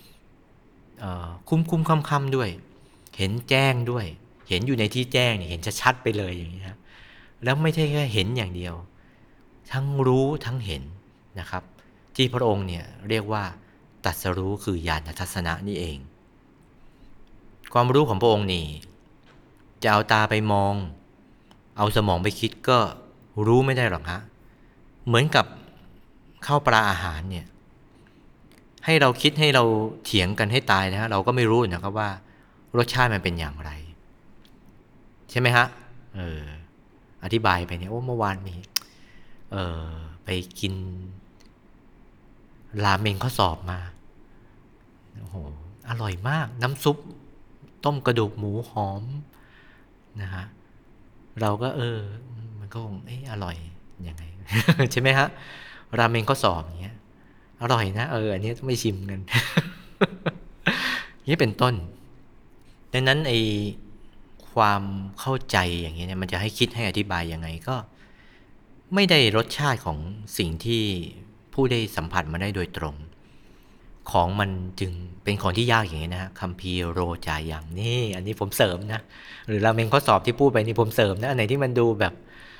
คุ้มค่ำด้วยเห็นแจ้งด้วยเห็นอยู่ในที่แจ้งเนี่ยเห็นชัดๆไปเลยอย่างนี้ครับแล้วไม่ใช่แค่เห็นอย่างเดียวทั้งรู้ทั้งเห็นนะครับที่พระองค์เนี่ยเรียกว่าตรัสรู้คือญาณทัศนะนี่เองความรู้ของพระองค์นี่จะเอาตาไปมองเอาสมองไปคิดก็รู้ไม่ได้หรอกฮะเหมือนกับข้าวปลาอาหารเนี่ยให้เราคิดให้เราเถียงกันให้ตายนะฮะเราก็ไม่รู้นะครับว่ารสชาติมันเป็นอย่างไรใช่ไหมฮะอธิบายไปเนี่ยเมื่อวานมีไปกินราเมงข้อสอบมาโอ้โหอร่อยมากน้ำซุปต้มกระดูกหมูหอมนะฮะเราก็มันก็คงอร่อยยังไง ใช่ไหมฮะราเมงข้อสอบอย่างเงี้ยอร่อยนะอันนี้ต้องไม่ชิมกัน นี่เป็นต้นดังนั้นความเข้าใจอย่างเงี้ยมันจะให้คิดให้อธิบายยังไงก็ไม่ได้รสชาติของสิ่งที่ผู้ได้สัมผัสมาได้โดยตรงของมันจึงเป็นของที่ยากอย่างนี้นะคัมภีร์โรจายังนี่อันนี้ผมเสริมนะหรือราเมงข้อสอบที่พูดไปนี่ผมเสริมนะอันไหนที่มันดูแบบ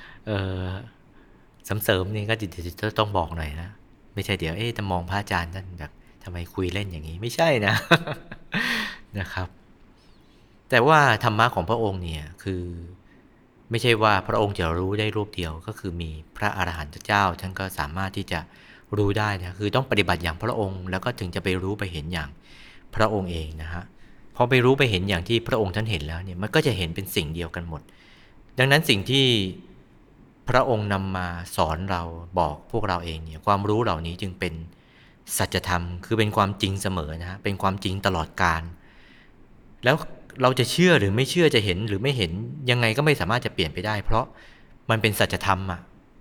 เสริมนี่ก็จะต้องบอกหน่อยนะไม่ใช่เดี๋ยวจะมองพระอาจารย์ท่านแบบทำไมคุยเล่นอย่างนี้ไม่ใช่นะ นะครับแต่ว่าธรรมะของพระองค์เนี่ยคือไม่ใช่ว่าพระองค์จะรู้ได้รูปเดียวก็คือมีพระอรหันตเจ้าท่านก็สามารถที่จะรู้ได้นะคือต้องปฏิบัติอย่างพระองค์แล้วก็ถึงจะไปรู้ไปเห็นอย่างพระองค์เองนะฮะพอไปรู้ไปเห็นอย่างที่พระองค์ท่านเห็นแล้วเนี่ยมันก็จะเห็นเป็นสิ่งเดียวกันหมดดังนั้นสิ่งที่พระองค์นำมาสอนเราบอกพวกเราเองเนี่ยความรู้เหล่านี้จึงเป็นสัจธรรมคือเป็นความจริงเสมอนะฮะเป็นความจริงตลอดกาลแล้วเราจะเชื่อหรือไม่เชื่อจะเห็นหรือไม่เห็นยังไงก็ไม่สามารถจะเปลี่ยนไปได้เพราะมันเป็นสัจธรรมอ่ะค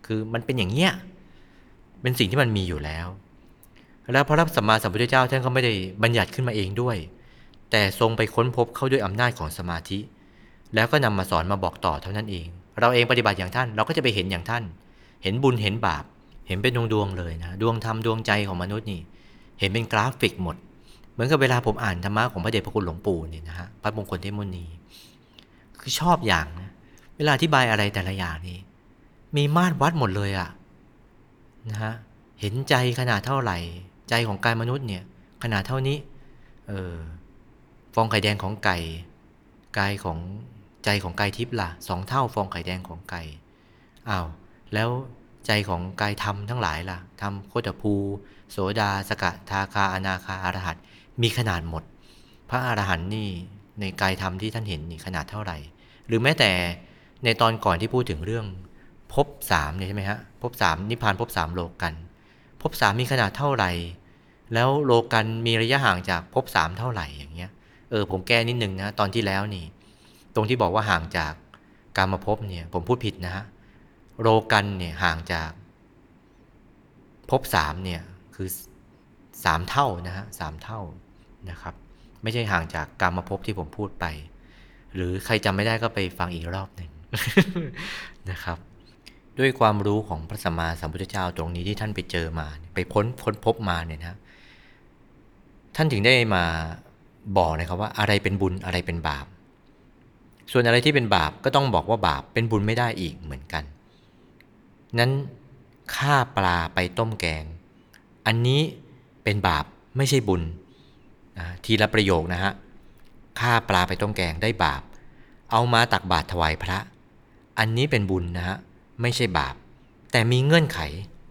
คือมันเป็นอย่างเงี้ยเป็นสิ่งที่มันมีอยู่แล้วแล้วพระสัมมาสัมพุทธเจ้าท่านก็ไม่ได้บัญญัติขึ้นมาเองด้วยแต่ทรงไปค้นพบเข้าด้วยอำนาจของสมาธิแล้วก็นำมาสอนมาบอกต่อเท่านั้นเองเราเองปฏิบัติอย่างท่านเราก็จะไปเห็นอย่างท่านเห็นบุญเห็นบาปเห็นเป็นดวงเลยนะดวงธรรมดวงใจของมนุษย์นี่เห็นเป็นกราฟิกหมดเหมือนกับเวลาผมอ่านธรรมะของพระเดชพระคุณหลวงปู่เนี่ยนะฮะพระมงคลเทพมุนีคือชอบอย่างนะเวลาอธิบายอะไรแต่ละอย่างนี่มีมาตรวัดหมดเลยอะนะฮะเห็นใจขนาดเท่าไหร่ใจของกายมนุษย์เนี่ยขนาดเท่านี้ฟองไข่แดงของไก่กายของใจของกายทิพย์ล่ะ2 เท่าฟองไข่แดงของไก่อ้าวแล้วใจของกายธรรมทั้งหลายล่ะธรรมโคตภูโสดาสกทาคาอนาคาอรหัตมีขนาดหมดพระอรหันต์นี่ในกายธรรมที่ท่านเห็นนี่ขนาดเท่าไหร่หรือแม้แต่ในตอนก่อนที่พูดถึงเรื่องภพ3เนี่ยใช่ไหมฮะภพ3นิพพานภพ3โลกันภพ3มีขนาดเท่าไหร่แล้วโลกันมีระยะห่างจากภพ3เท่าไหร่อย่างเงี้ยผมแก้นิดนึงนะตอนที่แล้วนี่ตรงที่บอกว่าห่างจากกามภพเนี่ยผมพูดผิดนะฮะโลกันเนี่ยห่างจากภพ3เนี่ยคือ3เท่านะฮะ3เท่านะครับไม่ใช่ห่างจากกามภพที่ผมพูดไปหรือใครจำไม่ได้ก็ไปฟังอีกรอบหนึ่ง นะครับด้วยความรู้ของพระสัมมาสัมพุทธเจ้าตรงนี้ที่ท่านไปเจอมาไปค้นพบมาเนี่ยนะท่านถึงได้มาบอกนะครับว่าอะไรเป็นบุญอะไรเป็นบาปส่วนอะไรที่เป็นบาปก็ต้องบอกว่าบาปเป็นบุญไม่ได้อีกเหมือนกันนั้นฆ่าปลาไปต้มแกงอันนี้เป็นบาปไม่ใช่บุญทีละประโยคนะฮะฆ่าปลาไปต้มแกงได้บาปเอามาตักบาตรถวายพระอันนี้เป็นบุญนะฮะไม่ใช่บาปแต่มีเงื่อนไข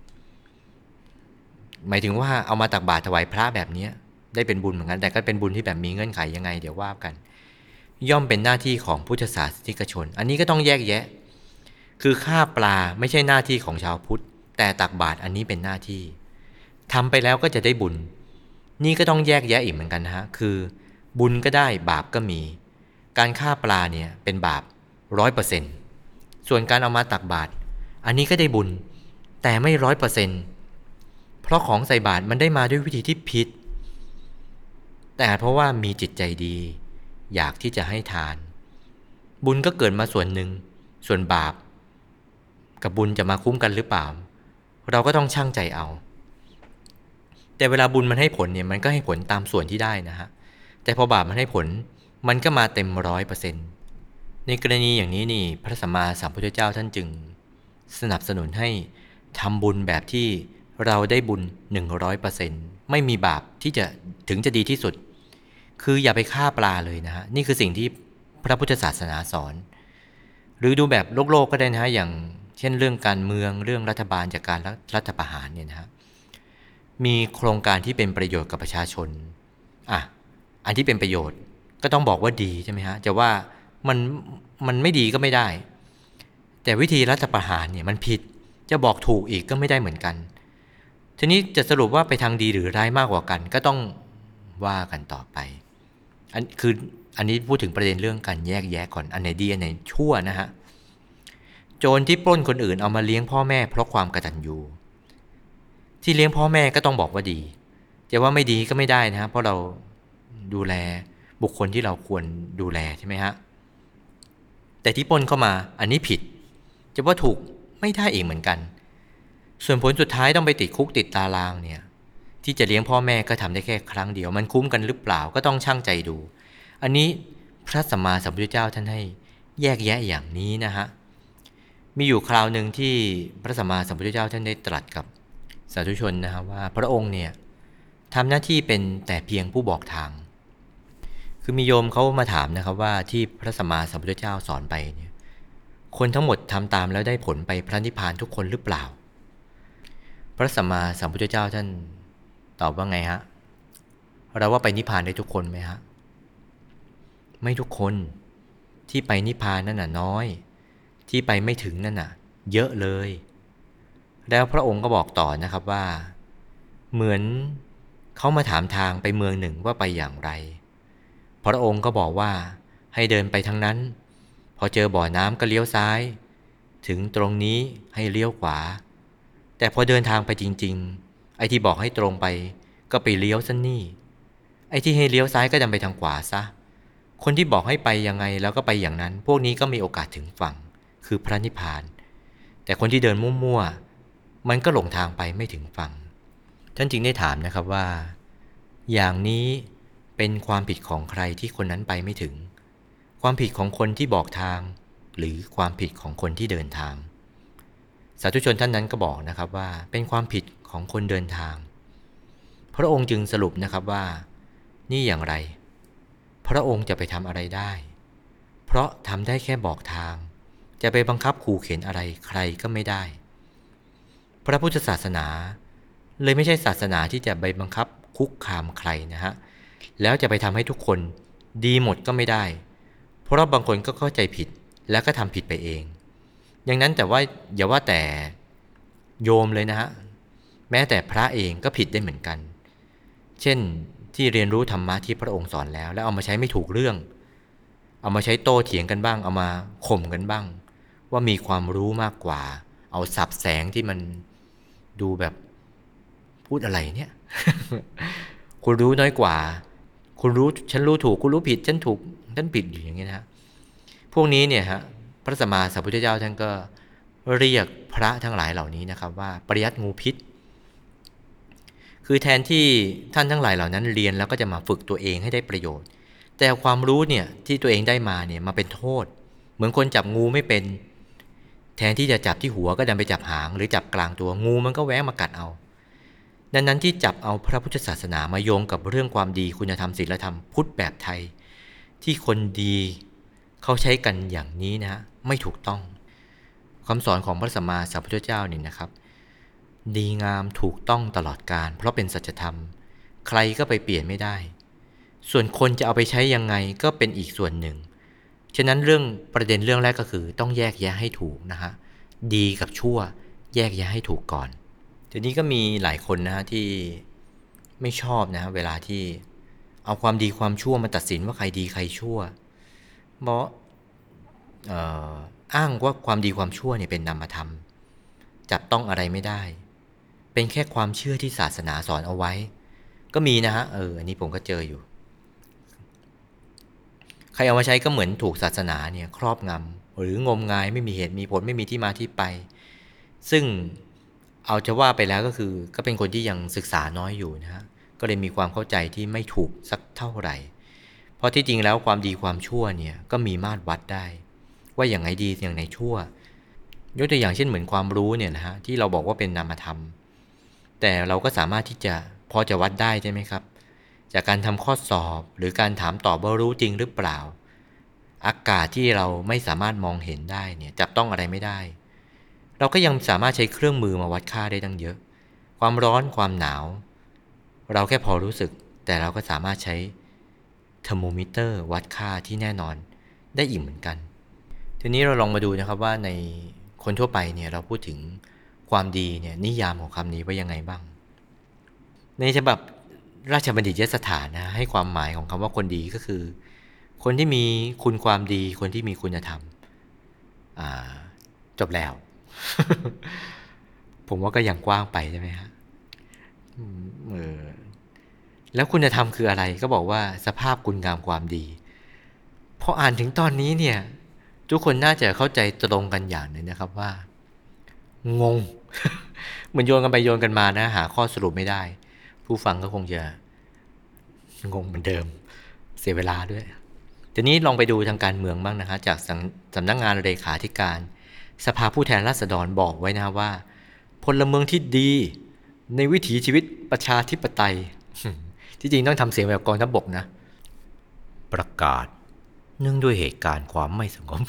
หมายถึงว่าเอามาตักบาตรถวายพระแบบนี้ได้เป็นบุญเหมือนกันแต่ก็เป็นบุญที่แบบมีเงื่อนไขยังไงเดี๋ยวว่ากันย่อมเป็นหน้าที่ของพุทธศาสนิกชนอันนี้ก็ต้องแยกแยะคือฆ่าปลาไม่ใช่หน้าที่ของชาวพุทธแต่ตักบาตรอันนี้เป็นหน้าที่ทำไปแล้วก็จะได้บุญนี่ก็ต้องแยกแยะอีกเหมือนกันนะฮะคือบุญก็ได้บาปก็มีการฆ่าปลาเนี่ยเป็นบาป 100% ส่วนการเอามาตักบาตรอันนี้ก็ได้บุญแต่ไม่ 100%เพราะของใส่บาตรมันได้มาด้วยวิธีที่ผิดแต่เพราะว่ามีจิตใจดีอยากที่จะให้ทานบุญก็เกิดมาส่วนหนึ่งส่วนบาปกับบุญจะมาคุ้มกันหรือเปล่าเราก็ต้องชั่งใจเอาแต่เวลาบุญมันให้ผลเนี่ยมันก็ให้ผลตามส่วนที่ได้นะฮะแต่พอบาปมันให้ผลมันก็มาเต็ม 100% ในกรณีอย่างนี้นี่พระสัมมาสัมพุทธเจ้าท่านจึงสนับสนุนให้ทำบุญแบบที่เราได้บุญ 100% ไม่มีบาปที่จะถึงจะดีที่สุดคืออย่าไปฆ่าปลาเลยนะฮะนี่คือสิ่งที่พระพุทธศาสนาสอนหรือดูแบบโลกก็ได้นะฮะอย่างเช่นเรื่องการเมืองเรื่องรัฐบาลจากการรัฐประหารเนี่ยนะฮะมีโครงการที่เป็นประโยชน์กับประชาชนอันที่เป็นประโยชน์ก็ต้องบอกว่าดีใช่ไหมฮะจะว่ามันไม่ดีก็ไม่ได้แต่วิธีรัฐประหารเนี่ยมันผิดจะบอกถูกอีกก็ไม่ได้เหมือนกันทีนี้จะสรุปว่าไปทางดีหรือร้ายมากกว่ากันก็ต้องว่ากันต่อไปอันนี้พูดถึงประเด็นเรื่องการแยกแยะก่อนอันไหนดีอันไหนชั่วนะฮะโจรที่ปล้นคนอื่นเอามาเลี้ยงพ่อแม่เพราะความกตัญญูที่เลี้ยงพ่อแม่ก็ต้องบอกว่าดีจะว่าไม่ดีก็ไม่ได้นะฮะเพราะเราดูแลบุคคลที่เราควรดูแลใช่ไหมฮะแต่ที่ปล้นเข้ามาอันนี้ผิดจะว่าถูกไม่ได้อีกเหมือนกันส่วนผลสุดท้ายต้องไปติดคุกติดตารางเนี่ยที่จะเลี้ยงพ่อแม่ก็ทำได้แค่ครั้งเดียวมันคุ้มกันหรือเปล่าก็ต้องชั่งใจดูอันนี้พระสัมมาสัมพุทธเจ้าท่านให้แยกแยะอย่างนี้นะฮะมีอยู่คราวหนึ่งที่พระสัมมาสัมพุทธเจ้าท่านได้ตรัสกับสาธุชนนะฮะว่าพระองค์เนี่ยทำหน้าที่เป็นแต่เพียงผู้บอกทางคือมีโยมเขามาถามนะครับว่าที่พระสัมมาสัมพุทธเจ้าสอนไปเนี่ยคนทั้งหมดทำตามแล้วได้ผลไปพระนิพพานทุกคนหรือเปล่าพระสัมมาสัมพุทธเจ้าท่านตอบว่าไงฮะเราว่าไปนิพพานได้ทุกคนไหมฮะไม่ทุกคนที่ไปนิพพานนั่นน่ะน้อยที่ไปไม่ถึงนั่นน่ะเยอะเลยแล้วพระองค์ก็บอกต่อนะครับว่าเหมือนเขามาถามทางไปเมืองหนึ่งว่าไปอย่างไรพระองค์ก็บอกว่าให้เดินไปทางนั้นพอเจอบ่อน้ำก็เลี้ยวซ้ายถึงตรงนี้ให้เลี้ยวขวาแต่พอเดินทางไปจริงๆไอ้ที่บอกให้ตรงไปก็ไปเลี้ยวซะนี่ไอ้ที่ให้เลี้ยวซ้ายก็ดันไปทางขวาซะคนที่บอกให้ไปยังไงแล้วก็ไปอย่างนั้นพวกนี้ก็มีโอกาสถึงฝั่งคือพระนิพพานแต่คนที่เดินมั่วๆมันก็หลงทางไปไม่ถึงฝั่งท่านจึงได้ถามนะครับว่าอย่างนี้เป็นความผิดของใครที่คนนั้นไปไม่ถึงความผิดของคนที่บอกทางหรือความผิดของคนที่เดินทางสาธุชนท่านนั้นก็บอกนะครับว่าเป็นความผิดของคนเดินทางพระองค์จึงสรุปนะครับว่านี่อย่างไรพระองค์จะไปทำอะไรได้เพราะทำได้แค่บอกทางจะไปบังคับขู่เข็นอะไรใครก็ไม่ได้พระพุทธศาสนาเลยไม่ใช่ศาสนาที่จะไปบังคับคุกคามใครนะฮะแล้วจะไปทำให้ทุกคนดีหมดก็ไม่ได้เพราะบางคนก็เข้าใจผิดแล้วก็ทำผิดไปเองอย่างนั้นแต่ว่าอย่าว่าแต่โยมเลยนะฮะแม้แต่พระเองก็ผิดได้เหมือนกันเช่นที่เรียนรู้ธรรมะที่พระองค์สอนแล้วเอามาใช้ไม่ถูกเรื่องเอามาใช้โต้เถียงกันบ้างเอามาข่มกันบ้างว่ามีความรู้มากกว่าเอาสับแสงที่มันดูแบบพูดอะไรเนี่ย คุณรู้น้อยกว่าคุณรู้ฉันรู้ถูกคุณรู้ผิดฉันถูกฉันผิดอยู่อย่างนี้นะฮะพวกนี้เนี่ยฮะพระสัมมาสัมพุทธเจ้าท่านก็เรียกพระทั้งหลายเหล่านี้นะครับว่าปริยัติงูพิษคือแทนที่ท่านทั้งหลายเหล่านั้นเรียนแล้วก็จะมาฝึกตัวเองให้ได้ประโยชน์แต่ความรู้เนี่ยที่ตัวเองได้มาเนี่ยมาเป็นโทษเหมือนคนจับงูไม่เป็นแทนที่จะจับที่หัวก็ดันไปจับหางหรือจับกลางตัวงูมันก็แหวงมากัดเอาดังนั้นที่จับเอาพระพุทธศาสนามาโยงกับเรื่องความดีคุณธรรมศีลธรรมพุทธแบบไทยที่คนดีเขาใช้กันอย่างนี้นะไม่ถูกต้องคำสอนของพระสัมมาสัมพุทธเจ้านี่นะครับดีงามถูกต้องตลอดกาลเพราะเป็นสัจธรรมใครก็ไปเปลี่ยนไม่ได้ส่วนคนจะเอาไปใช้ยังไงก็เป็นอีกส่วนหนึ่งฉะนั้นเรื่องประเด็นเรื่องแรกก็คือต้องแยกแยะให้ถูกนะฮะดีกับชั่วแยกแยะให้ถูกก่อนทีนี้ก็มีหลายคนนะฮะที่ไม่ชอบนะเวลาที่เอาความดีความชั่วมาตัดสินว่าใครดีใครชั่วเพราะอ้างว่าความดีความชั่วเนี่ยเป็นนามธรรมจับต้องอะไรไม่ได้เป็นแค่ความเชื่อที่ศาสนาสอนเอาไว้ก็มีนะฮะอันนี้ผมก็เจออยู่ใครเอามาใช้ก็เหมือนถูกศาสนาเนี่ยครอบงำหรืองมงายไม่มีเหตุมีผลไม่มีที่มาที่ไปซึ่งเอาจะว่าไปแล้วก็คือก็เป็นคนที่ยังศึกษาน้อยอยู่นะฮะก็เลยมีความเข้าใจที่ไม่ถูกสักเท่าไหร่เพราะที่จริงแล้วความดีความชั่วเนี่ยก็มีมาตรวัดได้ว่าอย่างไหนดีอย่างไหนชั่วยกตัวอย่างเช่นเหมือนความรู้เนี่ยนะฮะที่เราบอกว่าเป็นนามธรรมแต่เราก็สามารถที่จะพอจะวัดได้ใช่ไหมครับจากการทำข้อสอบหรือการถามตอบว่ารู้จริงหรือเปล่าอากาศที่เราไม่สามารถมองเห็นได้เนี่ยจับต้องอะไรไม่ได้เราก็ยังสามารถใช้เครื่องมือมาวัดค่าได้ตั้งเยอะความร้อนความหนาวเราแค่พอรู้สึกแต่เราก็สามารถใช้เทอร์โมมิเตอร์วัดค่าที่แน่นอนได้อีกเหมือนกันทีนี้เราลองมาดูนะครับว่าในคนทั่วไปเนี่ยเราพูดถึงความดีเนี่ยนิยามของคำนี้ว่ายังไงบ้างในฉบับราชบัณฑิตยสถานนะให้ความหมายของคำว่าคนดีก็คือคนที่มีคุณความดีคนที่มีคุณธรรมจบแล้ว ผมว่าก็ยังกว้างไปใช่ไหมฮะแล้วคุณธรรมคืออะไรก็บอกว่าสภาพคุณงามความดีพออ่านถึงตอนนี้เนี่ยทุกคนน่าจะเข้าใจตรงกันอย่างหนึ่งนะครับว่างง เหมือนโยนกันไปโยนกันมานะหาข้อสรุปไม่ได้ผู้ฟังก็คงจะงงเหมือนเดิมเสียเวลาด้วยทีนี้ลองไปดูทางการเมืองบ้างนะฮะจากสำนักงานเลขาธิการสภาผู้แทนราษฎรบอกไว้นะว่าพลเมืองที่ดีในวิถีชีวิตประชาธิปไตย ที่จริงต้องทำเสียงแบบกองทัพบกนะประกาศเนื่องด้วยเหตุการณ์ความไม่สงบ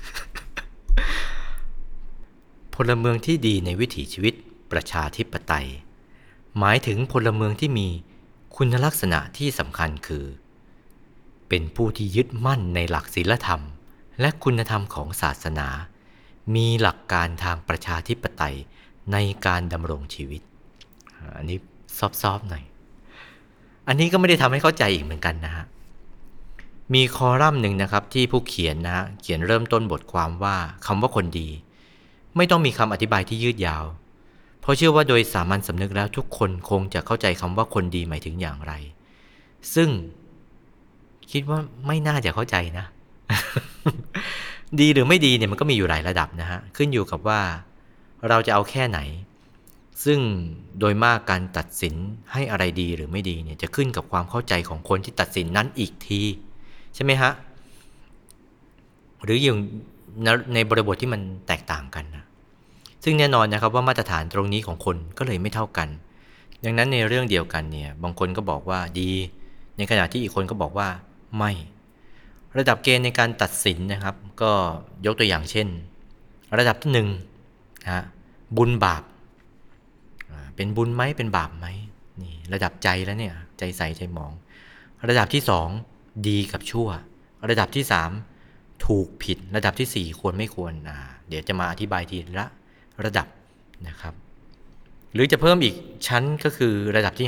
พลเมืองที่ดีในวิถีชีวิตประชาธิปไตยหมายถึงพลเมืองที่มีคุณลักษณะที่สำคัญคือเป็นผู้ที่ยึดมั่นในหลักศีลธรรมและคุณธรรมของศาสนามีหลักการทางประชาธิปไตยในการดำรงชีวิตอันนี้ซอฟๆหน่อยอันนี้ก็ไม่ได้ทำให้เข้าใจอีกเหมือนกันนะฮะมีคอลัมน์หนึ่งนะครับที่ผู้เขียนนะเขียนเริ่มต้นบทความว่าคำว่าคนดีไม่ต้องมีคำอธิบายที่ยืดยาวเพราะเชื่อว่าโดยสามัญสำนึกแล้วทุกคนคงจะเข้าใจคำว่าคนดีหมายถึงอย่างไรซึ่งคิดว่าไม่น่าจะเข้าใจนะ ดีหรือไม่ดีเนี่ยมันก็มีอยู่หลายระดับนะฮะขึ้นอยู่กับว่าเราจะเอาแค่ไหนซึ่งโดยมากการตัดสินให้อะไรดีหรือไม่ดีเนี่ยจะขึ้นกับความเข้าใจของคนที่ตัดสินนั้นอีกทีใช่ไหมฮะหรืออย่างในบริบทที่มันแตกต่างกันนะซึ่งแน่นอนนะครับว่ามาตรฐานตรงนี้ของคนก็เลยไม่เท่ากันดังนั้นในเรื่องเดียวกันเนี่ยบางคนก็บอกว่าดีในขณะที่อีกคนก็บอกว่าไม่ระดับเกณฑ์ในการตัดสินนะครับก็ยกตัวอย่างเช่นระดับที่1นะฮะบุญบาปเป็นบุญไหมเป็นบาปไหมนี่ระดับใจแล้วเนี่ยใจใสใจมองระดับที่2ดีกับชั่วระดับที่3ถูกผิดระดับที่4ควรไม่ควรเดี๋ยวจะมาอธิบายทีละระดับนะครับหรือจะเพิ่มอีกชั้นก็คือระดับที่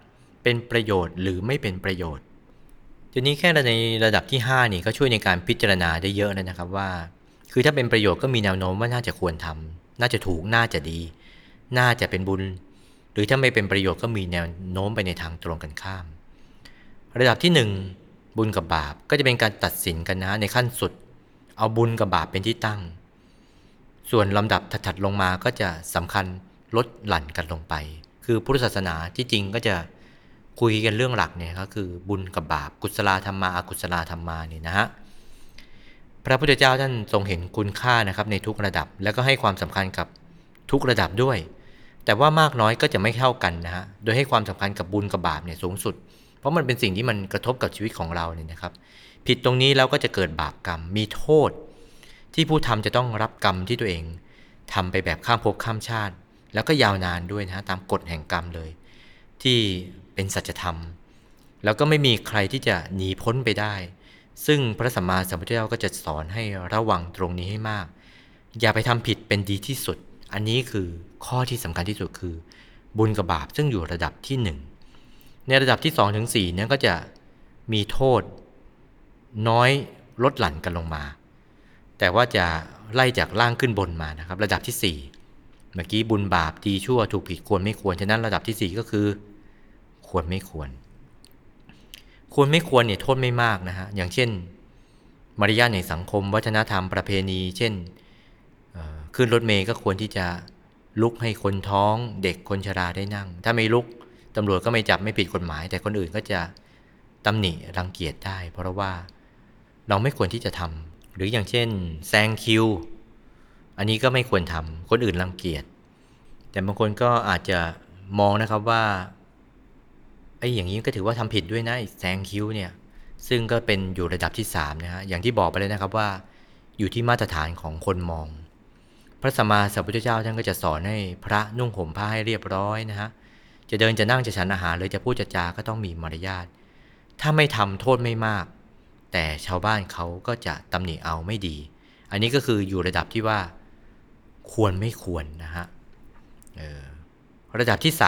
5เป็นประโยชน์หรือไม่เป็นประโยชน์ทีนี้แค่ในระดับที่5นี่ก็ช่วยในการพิจารณาได้เยอะเลยนะครับว่าคือถ้าเป็นประโยชน์ก็มีแนวโน้มว่าน่าจะควรทำน่าจะถูกน่าจะดีน่าจะเป็นบุญหรือถ้าไม่เป็นประโยชน์ก็มีแนวโน้มไปในทางตรงกันข้ามระดับที่1บุญกับบาปก็จะเป็นการตัดสินกันนะในขั้นสุดเอาบุญกับบาปเป็นที่ตั้งส่วนลำดับถัดๆลงมาก็จะสำคัญลดหลั่นกันลงไปคือพุทธศาสนาที่จริงก็จะคุยกันเรื่องหลักเนี่ยก็คือบุญกับบาปกุศลธรรมาอกุศลธรรมานี่นะฮะพระพุทธเจ้าท่านทรงเห็นคุณค่านะครับในทุกระดับแล้วก็ให้ความสำคัญกับทุกระดับด้วยแต่ว่ามากน้อยก็จะไม่เท่ากันนะฮะโดยให้ความสำคัญกับบุญกับบาปเนี่ยสูงสุดเพราะมันเป็นสิ่งที่มันกระทบกับชีวิตของเราเนี่ยนะครับผิดตรงนี้แล้วก็จะเกิดบาปกรรมมีโทษที่ผู้ทำจะต้องรับกรรมที่ตัวเองทำไปแบบข้ามภพข้ามชาติแล้วก็ยาวนานด้วยนะตามกฎแห่งกรรมเลยที่เป็นสัจธรรมแล้วก็ไม่มีใครที่จะหนีพ้นไปได้ซึ่งพระสัมมาสัมพุทธเจ้าก็จะสอนให้ระวังตรงนี้ให้มากอย่าไปทำผิดเป็นดีที่สุดอันนี้คือข้อที่สำคัญที่สุดคือบุญกับบาปซึ่งอยู่ระดับที่1ในระดับที่2ถึง4เนี่ยก็จะมีโทษน้อยลดหลั่นกันลงมาแต่ว่าจะไล่จากล่างขึ้นบนมานะครับระดับที่4เมื่อกี้บุญบาปดีชั่วถูกผิดควรไม่ควรฉะนั้นระดับที่4ก็คือควรไม่ควรควรไม่ควรเนี่ยโทษไม่มากนะฮะอย่างเช่นมารยาทในสังคมวัฒนธรรมประเพณีเช่นขึ้นรถเมล์ก็ควรที่จะลุกให้คนท้องเด็กคนชราได้นั่งถ้าไม่ลุกตำรวจก็ไม่จับไม่ผิดกฎหมายแต่คนอื่นก็จะตำหนิรังเกียจได้เพราะว่าเราไม่ควรที่จะทำหรืออย่างเช่นแซงคิวอันนี้ก็ไม่ควรทำคนอื่นรังเกียจแต่บางคนก็อาจจะมองนะครับว่าไอ้อย่างนี้ก็ถือว่าทำผิดด้วยนะแซงคิวเนี่ยซึ่งก็เป็นอยู่ระดับที่3นะฮะอย่างที่บอกไปเลยนะครับว่าอยู่ที่มาตรฐานของคนมองพระสัมมาสัมพุทธเจ้าท่านก็จะสอนให้พระนุ่งห่มผ้าให้เรียบร้อยนะฮะจะเดินจะนั่งจะฉันอาหารหรือจะพูดจะจาก็ต้องมีมารยาทถ้าไม่ทำโทษไม่มากแต่ชาวบ้านเขาก็จะตำหนิเอาไม่ดีอันนี้ก็คืออยู่ระดับที่ว่าควรไม่ควรนะฮะระดับที่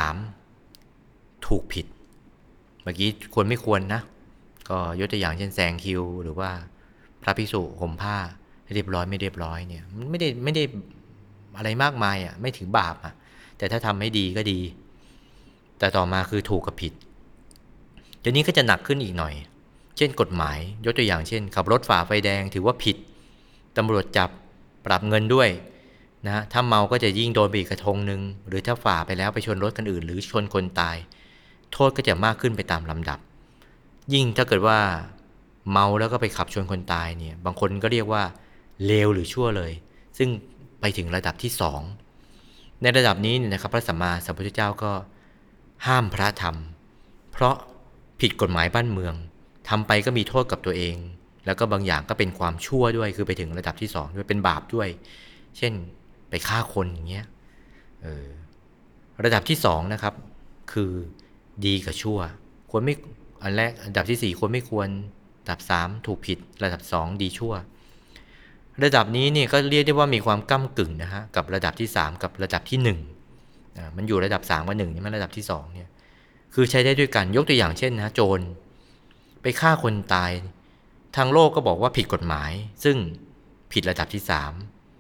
3ถูกผิดเมื่อกี้ควรไม่ควรนะก็ยกตัวอย่างเช่นแซงคิวหรือว่าพระภิกษุห่มผ้าเรียบร้อยไม่เรียบร้อยเนี่ยมันไม่ได้อะไรมากมายไม่ถึงบาปแต่ถ้าทำให้ดีก็ดีแต่ต่อมาคือถูกกับผิดเดี๋ยวนี้ก็จะหนักขึ้นอีกหน่อยเช่นกฎหมายยกตัวอย่างเช่นขับรถฝ่าไฟแดงถือว่าผิดตำรวจจับปรับเงินด้วยนะถ้าเมาก็จะยิ่งโดนไปอีกกระทงนึงหรือถ้าฝ่าไปแล้วไปชนรถคนอื่นหรือชนคนตายโทษก็จะมากขึ้นไปตามลำดับยิ่งถ้าเกิดว่าเมาแล้วก็ไปขับชนคนตายเนี่ยบางคนก็เรียกว่าเลวหรือชั่วเลยซึ่งไปถึงระดับที่2ในระดับนี้เนี่ยนะครับพระสัมมาสัมพุทธเจ้าก็ห้ามพระทำเพราะผิดกฎหมายบ้านเมืองทำไปก็มีโทษกับตัวเองแล้วก็บางอย่างก็เป็นความชั่วด้วยคือไปถึงระดับที่2ด้วยเป็นบาปด้วยเช่นไปฆ่าคนอย่างเงี้ยระดับที่2นะครับคือดีกับชั่วควรไม่อันแรกระดับที่4ควรไม่ควรระดับ3ถูกผิดระดับ2ดีชั่วระดับนี้เนี่ยก็เรียกได้ว่ามีความก้ำกึ่งนะฮะกับระดับที่3กับระดับที่1มันอยู่ระดับ3กับ1นี่มันระดับที่2เนี่ยคือใช้ได้ด้วยกันยกตัวอย่างเช่นนะโจรไปฆ่าคนตายทางโลกก็บอกว่าผิดกฎหมายซึ่งผิดระดับที่3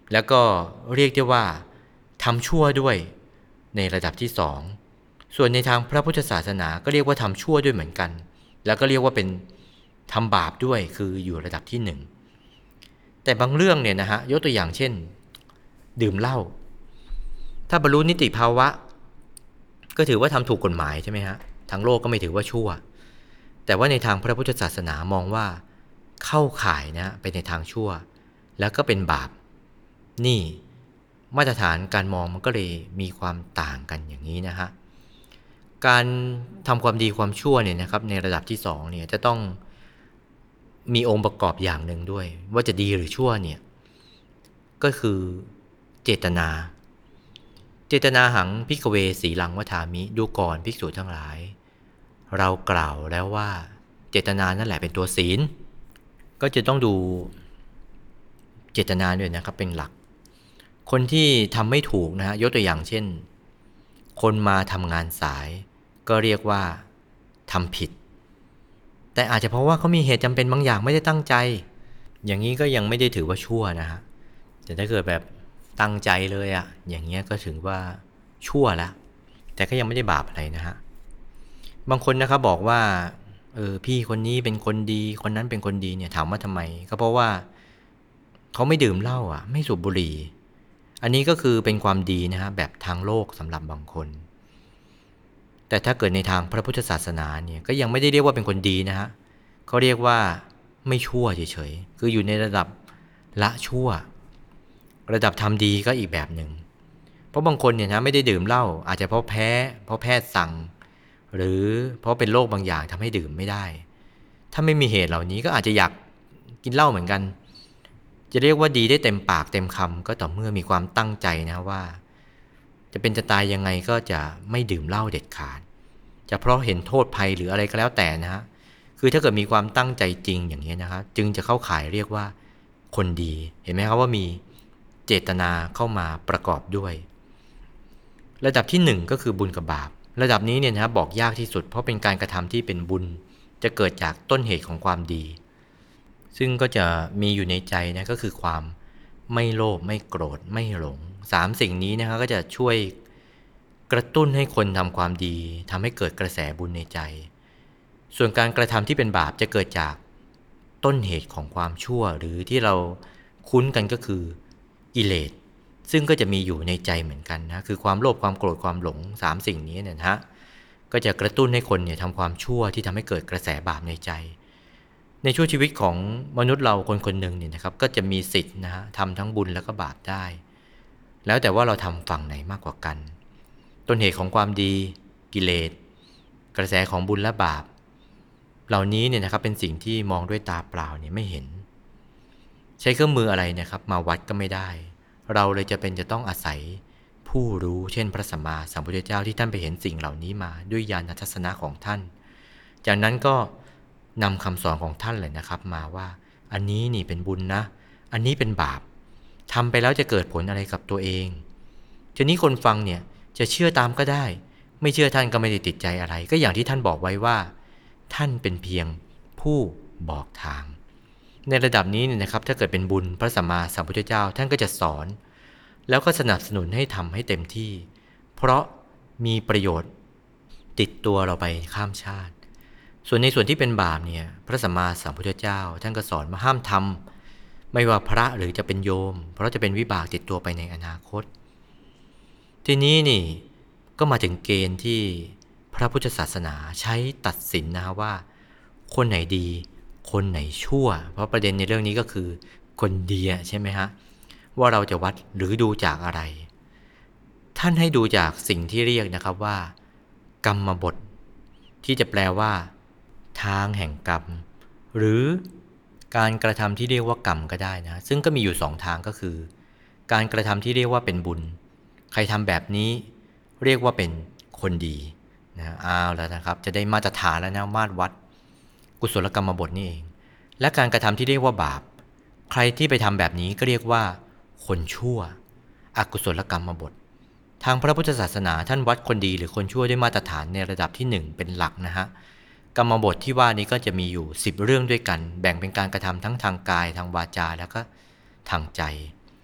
แล้วก็เรียกได้ว่าทำชั่วด้วยในระดับที่สองส่วนในทางพระพุทธศาสนาก็เรียกว่าทำชั่วด้วยเหมือนกันแล้วก็เรียกว่าเป็นทำบาปด้วยคืออยู่ระดับที่หนึ่งแต่บางเรื่องเนี่ยนะฮะยกตัวอย่างเช่นดื่มเหล้าถ้าบรรลุนิติภาวะก็ถือว่าทำถูกกฎหมายใช่ไหมฮะทางโลกก็ไม่ถือว่าชั่วแต่ว่าในทางพระพุทธศาสนามองว่าเข้าข่ายนะไปในทางชั่วแล้วก็เป็นบาปนี่มาตรฐานการมองมันก็เลยมีความต่างกันอย่างนี้นะฮะการทำความดีความชั่วเนี่ยนะครับในระดับที่สองเนี่ยจะต้องมีองค์ประกอบอย่างหนึ่งด้วยว่าจะดีหรือชั่วเนี่ยก็คือเจตนาหังภิกขเวสีลังวทามิดูก่อนภิกษุทั้งหลายเรากล่าวแล้วว่าเจตนานั่นแหละเป็นตัวศีลก็จะต้องดูเจตนาด้วยนะครับเป็นหลักคนที่ทำไม่ถูกนะฮะยกตัวอย่างเช่นคนมาทำงานสายก็เรียกว่าทำผิดแต่อาจจะเพราะว่าเขามีเหตุจำเป็นบางอย่างไม่ได้ตั้งใจอย่างนี้ก็ยังไม่ได้ถือว่าชั่วนะฮะแต่ถ้าเกิดแบบตั้งใจเลยอะอย่างเงี้ยก็ถือว่าชั่วแล้วแต่ก็ยังไม่ได้บาปอะไรนะฮะบางคนนะครับบอกว่าพี่คนนี้เป็นคนดีคนนั้นเป็นคนดีเนี่ยถามว่าทำไมก็เพราะว่าเขาไม่ดื่มเหล้าอ่ะไม่สูบบุหรี่อันนี้ก็คือเป็นความดีนะฮะแบบทางโลกสำหรับบางคนแต่ถ้าเกิดในทางพระพุทธศาสนาเนี่ยก็ยังไม่ได้เรียกว่าเป็นคนดีนะฮะเขาเรียกว่าไม่ชั่วเฉยๆคืออยู่ในระดับละชั่วระดับทำดีก็อีกแบบหนึ่งเพราะบางคนเนี่ยนะไม่ได้ดื่มเหล้าอาจจะเพราะแพทย์สั่งหรือเพราะเป็นโรคบางอย่างทำให้ดื่มไม่ได้ถ้าไม่มีเหตุเหล่านี้ก็อาจจะอยากกินเหล้าเหมือนกันจะเรียกว่าดีได้เต็มปากเต็มคำก็ต่อเมื่อมีความตั้งใจนะว่าจะเป็นจะตายยังไงก็จะไม่ดื่มเหล้าเด็ดขาดจะเพราะเห็นโทษภัยหรืออะไรก็แล้วแต่นะฮะคือถ้าเกิดมีความตั้งใจจริงอย่างนี้นะครับจึงจะเข้าข่ายเรียกว่าคนดีเห็นไหมครับว่ามีเจตนาเข้ามาประกอบด้วยระดับที่1ก็คือบุญกับบาประดับนี้เนี่ยนะบอกยากที่สุดเพราะเป็นการกระทำที่เป็นบุญจะเกิดจากต้นเหตุของความดีซึ่งก็จะมีอยู่ในใจนะก็คือความไม่โลภไม่โกรธไม่หลง3สิ่งนี้นะครับก็จะช่วยกระตุ้นให้คนทำความดีทำให้เกิดกระแสบุญในใจส่วนการกระทำที่เป็นบาปจะเกิดจากต้นเหตุของความชั่วหรือที่เราคุ้นกันก็คือกิเลสซึ่งก็จะมีอยู่ในใจเหมือนกันนะคือความโลภความโกรธความหลง3สิ่งนี้เนี่ยนะก็จะกระตุ้นให้คนเนี่ยทำความชั่วที่ทำให้เกิดกระแสบาปในใจในช่วงชีวิตของมนุษย์เราคนคนหนึ่งเนี่ยนะครับก็จะมีสิทธิ์นะฮะทำทั้งบุญแล้วก็บาปได้แล้วแต่ว่าเราทำฝั่งไหนมากกว่ากันต้นเหตุของความดีกิเลสกระแสของบุญและบาปเหล่านี้เนี่ยนะครับเป็นสิ่งที่มองด้วยตาเปล่าเนี่ยไม่เห็นใช้เครื่องมืออะไรนะครับมาวัดก็ไม่ได้เราเลยจะต้องอาศัยผู้รู้เช่นพระสัมมาสัมพุทธเจ้าที่ท่านไปเห็นสิ่งเหล่านี้มาด้วยญาณทัศนะของท่านจากนั้นก็นำคำสอนของท่านเลยนะครับมาว่าอันนี้นี่เป็นบุญนะอันนี้เป็นบาปทำไปแล้วจะเกิดผลอะไรกับตัวเองทีนี้คนฟังเนี่ยจะเชื่อตามก็ได้ไม่เชื่อท่านก็ไม่ได้ติดใจอะไรก็อย่างที่ท่านบอกไว้ว่าท่านเป็นเพียงผู้บอกทางในระดับนี้เนี่ยนะครับถ้าเกิดเป็นบุญพระสัมมาสัมพุทธเจ้าท่านก็จะสอนแล้วก็สนับสนุนให้ทำให้เต็มที่เพราะมีประโยชน์ติดตัวเราไปข้ามชาติส่วนในส่วนที่เป็นบาปเนี่ยพระสัมมาสัมพุทธเจ้าท่านก็สอนมาห้ามทำไม่ว่าพระหรือจะเป็นโยมเพราะจะเป็นวิบากติดตัวไปในอนาคตทีนี้นี่ก็มาถึงเกณฑ์ที่พระพุทธศาสนาใช้ตัดสินนะว่าคนไหนดีคนไหนชั่วเพราะประเด็นในเรื่องนี้ก็คือคนดีใช่ไหมฮะว่าเราจะวัดหรือดูจากอะไรท่านให้ดูจากสิ่งที่เรียกนะครับว่ากรรมบทที่จะแปลว่าทางแห่งกรรมหรือการกระทำที่เรียกว่ากรรมก็ได้นะซึ่งก็มีอยู่2ทางก็คือการกระทำที่เรียกว่าเป็นบุญใครทำแบบนี้เรียกว่าเป็นคนดีนะเอาแล้วนะครับจะได้มาตรฐานแล้วนะมาตรวัดกุศลกรรมบทนี่เองและการกระทำที่เรียกว่าบาปใครที่ไปทำแบบนี้ก็เรียกว่าคนชั่วอกุศลกรรมบททางพระพุทธศาสนาท่านวัดคนดีหรือคนชั่วด้วยมาตรฐานในระดับที่1เป็นหลักนะฮะกรรมบทที่ว่านี้ก็จะมีอยู่10เรื่องด้วยกันแบ่งเป็นการกระทำทั้งทางกายทางวาจาแล้วก็ทางใจ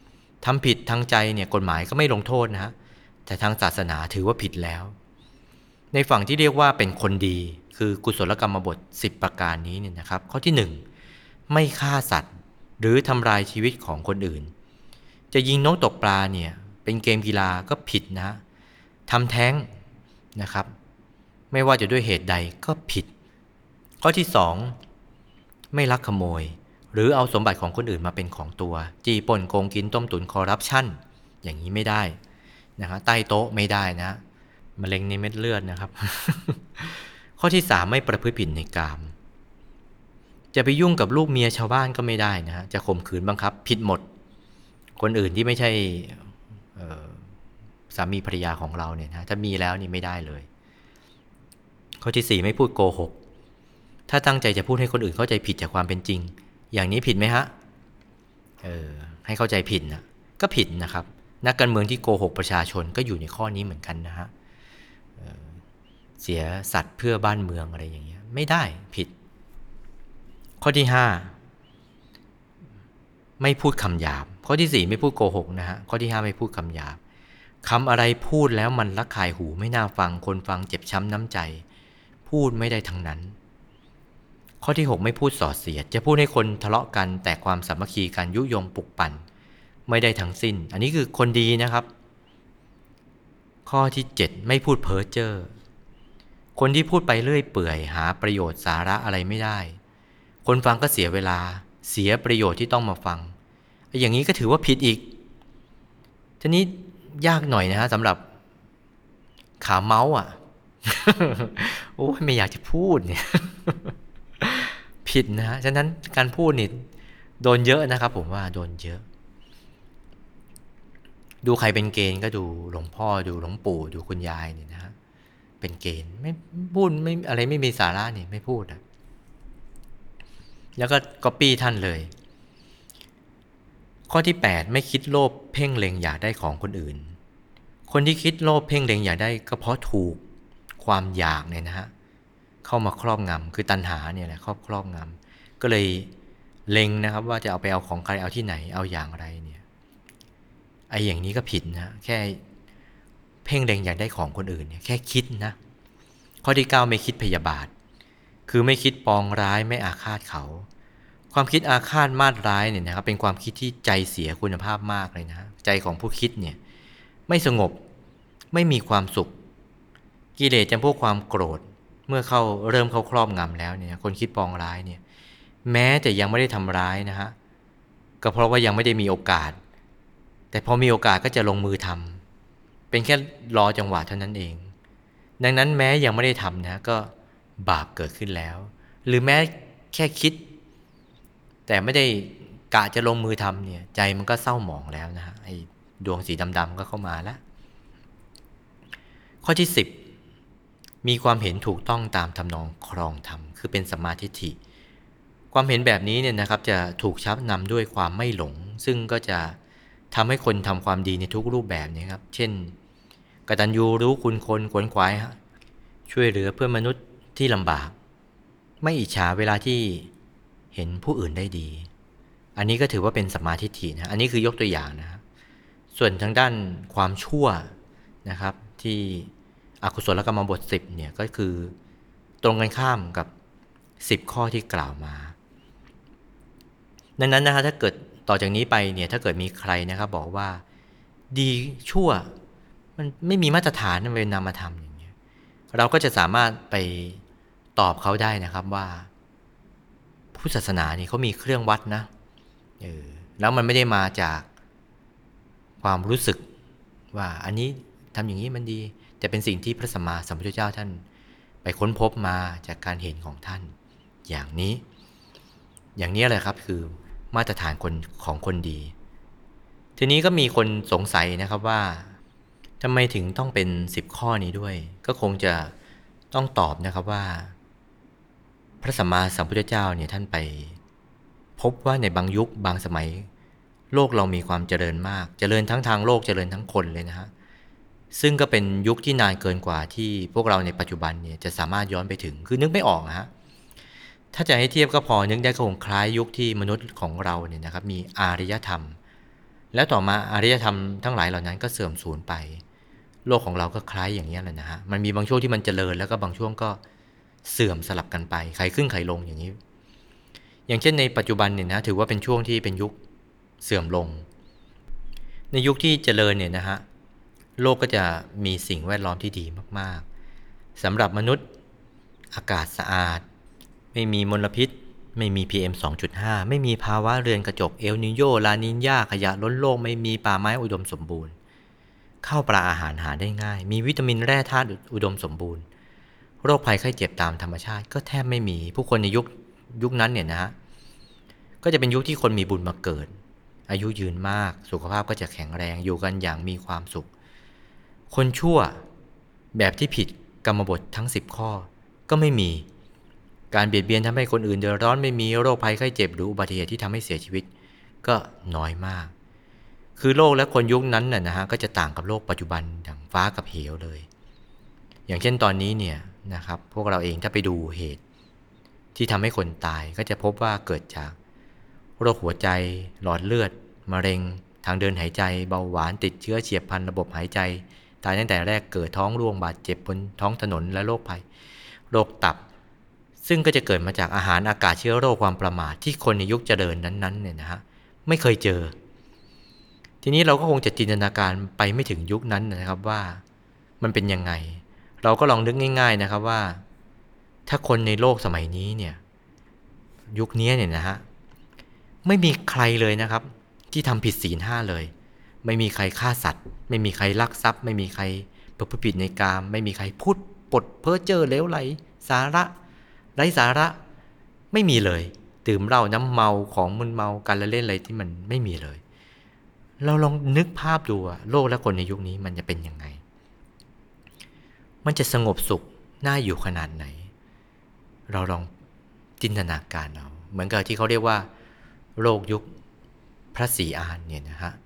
ทำผิดทางใจเนี่ยกฎหมายก็ไม่ลงโทษนะฮะแต่ทางศาสนาถือว่าผิดแล้วในฝั่งที่เรียกว่าเป็นคนดีคือกุศลกรรมบท10ประการนี้เนี่ยนะครับข้อที่1ไม่ฆ่าสัตว์หรือทำลายชีวิตของคนอื่นจะยิงนกตกปลาเนี่ยเป็นเกมกีฬาก็ผิดนะทำแท้งนะครับไม่ว่าจะด้วยเหตุใดก็ผิดข้อที่2ไม่ลักขโมยหรือเอาสมบัติของคนอื่นมาเป็นของตัวจี้ปล้นโกงกินต้มตุ๋นคอร์รัปชันอย่างนี้ไม่ได้นะครับใต้โต๊ะไม่ได้นะมะเร็งในเม็ดเลือดนะครับ ข้อที่3ไม่ประพฤติผิดในกามจะไปยุ่งกับลูกเมียชาวบ้านก็ไม่ได้นะจะข่มขืนบังคับผิดหมดคนอื่นที่ไม่ใช่สามีภรรยาของเราเนี่ยนะถ้ามีแล้วนี่ไม่ได้เลยข้อที่4ไม่พูดโกหกถ้าตั้งใจจะพูดให้คนอื่นเข้าใจผิดจากความเป็นจริงอย่างนี้ผิดไหมฮะให้เข้าใจผิดนะก็ผิดนะครับนักการเมืองที่โกหกประชาชนก็อยู่ในข้อนี้เหมือนกันนะฮะเสียสัตว์เพื่อบ้านเมืองอะไรอย่างเงี้ยไม่ได้ผิดข้อที่5ไม่พูดคำหยาบข้อที่4ไม่พูดโกหกนะฮะข้อที่5ไม่พูดคำหยาบคำอะไรพูดแล้วมันระคายหูไม่น่าฟังคนฟังเจ็บช้ำน้ำใจพูดไม่ได้ทั้งนั้นข้อที่6ไม่พูดส่อเสียดจะพูดให้คนทะเลาะกันแต่ความสามัคคีกันยุยงปลุกปั่นไม่ได้ทั้งสิ้นอันนี้คือคนดีนะครับข้อที่7ไม่พูดเพ้อเจ้อคนที่พูดไปเรื่อยเปื่อยหาประโยชน์สาระอะไรไม่ได้คนฟังก็เสียเวลาเสียประโยชน์ที่ต้องมาฟังอย่างนี้ก็ถือว่าผิดอีกทีนี้ยากหน่อยนะฮะสำหรับขาเมาส์อ่ะ โอ้ยไม่อยากจะพูดเนี่ย ผิดนะฮะฉะนั้นการพูดนี่โดนเยอะนะครับผมว่าโดนเยอะดูใครเป็นเกณฑ์ก็ดูหลวงพ่อดูหลวงปู่ดูคุณยายเนี่ยนะฮะเป็นเกณฑ์ไม่พูดไม่อะไรไม่มีสาระนี่ไม่พูดอ่ะแล้วก็ก๊อปปี้ท่านเลยข้อที่8ไม่คิดโลภเพ่งเล็งอยากได้ของคนอื่นคนที่คิดโลภเพ่งเล็งอยากได้ก็เพราะถูกความอยากเนี่ยนะฮะเข้ามาครอบงำคือตัณหาเนี่ยแหละครอบงำก็เลยเล็งนะครับว่าจะเอาไปเอาของใครเอาที่ไหนเอาอย่างไรเนี่ยไอ้อย่างนี้ก็ผิดนะแค่เพ่งเล็งอยากได้ของคนอื่นเนี่ยแค่คิดนะข้อที่9ไม่คิดพยาบาทคือไม่คิดปองร้ายไม่อาฆาตเขาความคิดอาฆาตมาตร้ายเนี่ยนะครับเป็นความคิดที่ใจเสียคุณภาพมากเลยนะใจของผู้คิดเนี่ยไม่สงบไม่มีความสุขกิเลสจำพวกความโกรธเมื่อเริ่มเข้าครอบงำแล้วเนี่ยคนคิดปองร้ายเนี่ยแม้แต่ยังไม่ได้ทำร้ายนะฮะก็เพราะว่ายังไม่ได้มีโอกาสแต่พอมีโอกาสก็จะลงมือทำเป็นแค่รอจังหวะเท่านั้นเองดังนั้นแม้ยังไม่ได้ทำนะก็บาปเกิดขึ้นแล้วหรือแม้แค่คิดแต่ไม่ได้กะจะลงมือทำเนี่ยใจมันก็เศร้าหมองแล้วนะฮะไอ้ดวงสีดำๆก็เข้ามาแล้วข้อที่10มีความเห็นถูกต้องตามทำนองครองธรรมคือเป็นสัมมาทิฏฐิความเห็นแบบนี้เนี่ยนะครับจะถูกชักนำด้วยความไม่หลงซึ่งก็จะทำให้คนทำความดีในทุกรูปแบบนี้ครับเช่นกตัญญูรู้คุณคนขวนขวายช่วยเหลือเพื่อนมนุษย์ที่ลำบากไม่อิจฉาเวลาที่เห็นผู้อื่นได้ดีอันนี้ก็ถือว่าเป็นสัมมาทิฏฐินะอันนี้คือยกตัวอย่างนะส่วนทางด้านความชั่วนะครับที่อกุศลกรรมบท10เนี่ยก็คือตรงกันข้ามกับ10ข้อที่กล่าวมาดังนั้นนะครับถ้าเกิดต่อจากนี้ไปเนี่ยถ้าเกิดมีใครนะครับบอกว่าดีชั่วมันไม่มีมาตรฐานมันเป็นนามธรรมอย่างเงี้ยเราก็จะสามารถไปตอบเขาได้นะครับว่าพุทธศาสนานี่เขามีเครื่องวัดนะแล้วมันไม่ได้มาจากความรู้สึกว่าอันนี้ทำอย่างนี้มันดีแต่เป็นสิ่งที่พระสัมมาสัมพุทธเจ้าท่านไปค้นพบมาจากการเห็นของท่านอย่างนี้แหละครับคือมาตรฐานของคนดีทีนี้ก็มีคนสงสัยนะครับว่าทำไมถึงต้องเป็น10ข้อนี้ด้วยก็คงจะต้องตอบนะครับว่าพระสัมมาสัมพุทธเจ้าเนี่ยท่านไปพบว่าในบางยุคบางสมัยโลกเรามีความเจริญมากเจริญทั้งทางโลกเจริญทั้งคนเลยนะฮะซึ่งก็เป็นยุคที่นานเกินกว่าที่พวกเราในปัจจุบันเนี่ยจะสามารถย้อนไปถึงคือนึกไม่ออกฮะถ้าจะให้เทียบก็พอนึกได้ก็คงคล้ายยุคที่มนุษย์ของเราเนี่ยนะครับมีอารยธรรมแล้วต่อมาอารยธรรมทั้งหลายเหล่านั้นก็เสื่อมสูญไปโลกของเราก็คล้ายอย่างนี้แหละนะฮะมันมีบางช่วงที่มันเจริญแล้วก็บางช่วงก็เสื่อมสลับกันไปใครขึ้นใครลงอย่างนี้อย่างเช่นในปัจจุบันเนี่ยนะถือว่าเป็นช่วงที่เป็นยุคเสื่อมลงในยุคที่เจริญเนี่ยนะฮะโลกก็จะมีสิ่งแวดล้อมที่ดีมากๆสำหรับมนุษย์อากาศสะอาดไม่มีมลพิษไม่มี PM 2.5ไม่มีภาวะเรือนกระจกเอลนิโญลานิญาขยะล้นโลกไม่มีป่าไม้อุดมสมบูรณ์ข้าวปลาอาหารหาได้ง่ายมีวิตามินแร่ธาตุอุดมสมบูรณ์โรคภัยไข้เจ็บตามธรรมชาติก็แทบไม่มีผู้คนในยุคนั้นเนี่ยนะฮะก็จะเป็นยุคที่คนมีบุญมาเกิดอายุยืนมากสุขภาพก็จะแข็งแรงอยู่กันอย่างมีความสุขคนชั่วแบบที่ผิดกรรมบททั้ง10ข้อก็ไม่มีการเบียดเบียนทำให้คนอื่นเดือดร้อนไม่มีโรคภัยไข้เจ็บหรืออุบัติเหตุที่ทำให้เสียชีวิตก็น้อยมากคือโลกและคนยุคนั้นนะฮะก็จะต่างกับโลกปัจจุบันอย่างฟ้ากับเหวเลยอย่างเช่นตอนนี้เนี่ยนะครับพวกเราเองถ้าไปดูเหตุที่ทำให้คนตายก็จะพบว่าเกิดจากโรคหัวใจหลอดเลือดมะเร็งทางเดินหายใจเบาหวานติดเชื้อเฉียบพลันระบบหายใจตายตั้งแต่แรกเกิดท้องร่วงบาดเจ็บบนท้องถนนและโรคภัยโรคตับซึ่งก็จะเกิดมาจากอาหารอากาศเชื้อโรคความประมาทที่คนในยุคเจริญนั้นๆเนี่ยนะฮะไม่เคยเจอทีนี้เราก็คงจะจินตนาการไปไม่ถึงยุคนั้นนะครับว่ามันเป็นยังไงเราก็ลองนึกง่ายๆนะครับว่าถ้าคนในโลกสมัยนี้เนี่ยยุคนี้เนี่ยนะฮะไม่มีใครเลยนะครับที่ทำผิดศีลห้าเลยไม่มีใครฆ่าสัตว์ไม่มีใครลักทรัพย์ไม่มีใครประพฤติผิดในกามไม่มีใครพูดปดเพ้อเจ้อเลวไหลสาระไร้สาระไม่มีเลยดื่มเหล้าน้ำเมาของมึนเมาการละเล่นอะไรที่มันไม่มีเลยเราลองนึกภาพดูอะโลกและคนในยุคนี้มันจะเป็นยังไงมันจะสงบสุขน่าอยู่ขนาดไหนเราลองจินตนาการเอาเหมือนกับที่เขาเรียกว่าโลกยุคพระศรีอานเนี่ยนะฮะ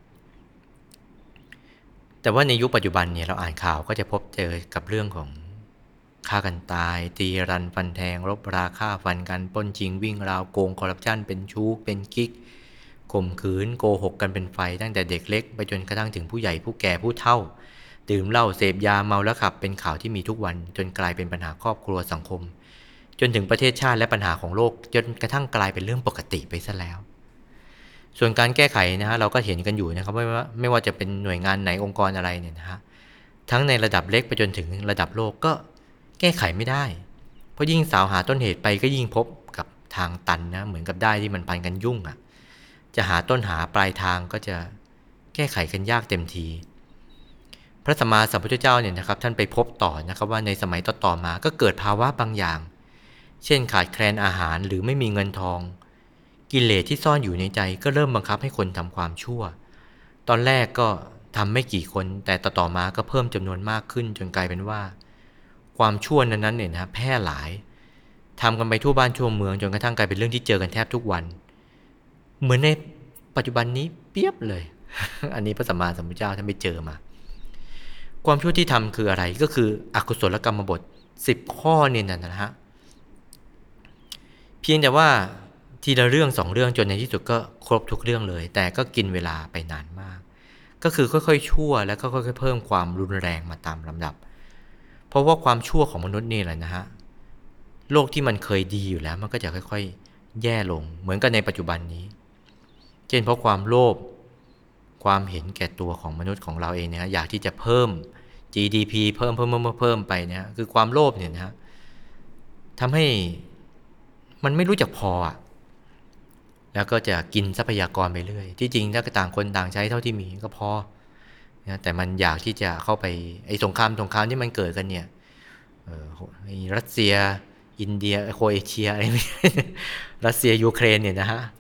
แต่ว่าในยุคปัจจุบันเนี่ยเราอ่านข่าวก็จะพบเจอกับเรื่องของฆ่ากันตายตีรันฟันแทงรบราฆ่าฟันกันปล้นชิงวิ่งราวโกงคอร์รัปชันเป็นชู้เป็นกิ๊กข่มขืนโกหกกันเป็นไฟตั้งแต่เด็กเล็กไปจนกระทั่งถึงผู้ใหญ่ผู้แก่ผู้เฒ่าดื่มเหล้าเสพยาเมาแล้วขับเป็นข่าวที่มีทุกวันจนกลายเป็นปัญหาครอบครัวสังคมจนถึงประเทศชาติและปัญหาของโลกจนกระทั่งกลายเป็นเรื่องปกติไปซะแล้วส่วนการแก้ไขนะฮะเราก็เห็นกันอยู่นะครับไม่ว่าจะเป็นหน่วยงานไหนองค์กรอะไรเนี่ยนะฮะทั้งในระดับเล็กไปจนถึงระดับโลกก็แก้ไขไม่ได้เพราะยิ่งสาวหาต้นเหตุไปก็ยิ่งพบกับทางตันนะเหมือนกับได้ที่มันพันกันยุ่งอ่ะจะหาต้นหาปลายทางก็จะแก้ไขกันยากเต็มทีพระสัมมาสัมพุทธเจ้าเนี่ยนะครับท่านไปพบต่อนะครับว่าในสมัยต่อมาก็เกิดภาวะบางอย่างเช่นขาดแคลนอาหารหรือไม่มีเงินทองกิเลสที่ซ่อนอยู่ในใจก็เริ่มบังคับให้คนทำความชั่วตอนแรกก็ทำไม่กี่คนแต่ต่อมาก็เพิ่มจำนวนมากขึ้นจนกลายเป็นว่าความชั่วนั้นเนี่ยนะแพร่หลายทำกันไปทั่วบ้านทั่วเมืองจนกระทั่งกลายเป็นเรื่องที่เจอกันแทบทุกวันเหมือนในปัจจุบันนี้เปียบเลย อันนี้พระสัมมาสัมพุทธเจ้าท่านไปเจอมาความชั่วที่ทำคืออะไรก็คืออกุศลกรรมบท10ข้อเนี่ยนะฮะเพียงแต่ว่าทีละเรื่อง2เรื่องจนในที่สุดก็ครบทุกเรื่องเลยแต่ก็กินเวลาไปนานมากก็คือค่อยๆชั่วแล้วก็ค่อยๆเพิ่มความรุนแรงมาตามลำดับเพราะว่าความชั่วของมนุษย์นี่แหละนะฮะโลกที่มันเคยดีอยู่แล้วมันก็จะค่อยๆแย่ลงเหมือนกันในปัจจุบันนี้เช่นเพราะความโลภความเห็นแก่ตัวของมนุษย์ของเราเองเนี่ยอยากที่จะเพิ่ม GDP เพิ่มไปเนี่ยคือความโลภเนี่ยนะฮะทำให้มันไม่รู้จักพออ่ะแล้วก็จะกินทรัพยากรไปเรื่อยที่จริงถ้าต่างคนต่างใช้เท่าที่มีก็พอนะแต่มันอยากที่จะเข้าไปไอ้สงครามที่มันเกิดกันเนี่ยรัสเซียอินเดียโครเอเชียอะไรไม่รัสเซียยูเครนเนี่ยนะฮะ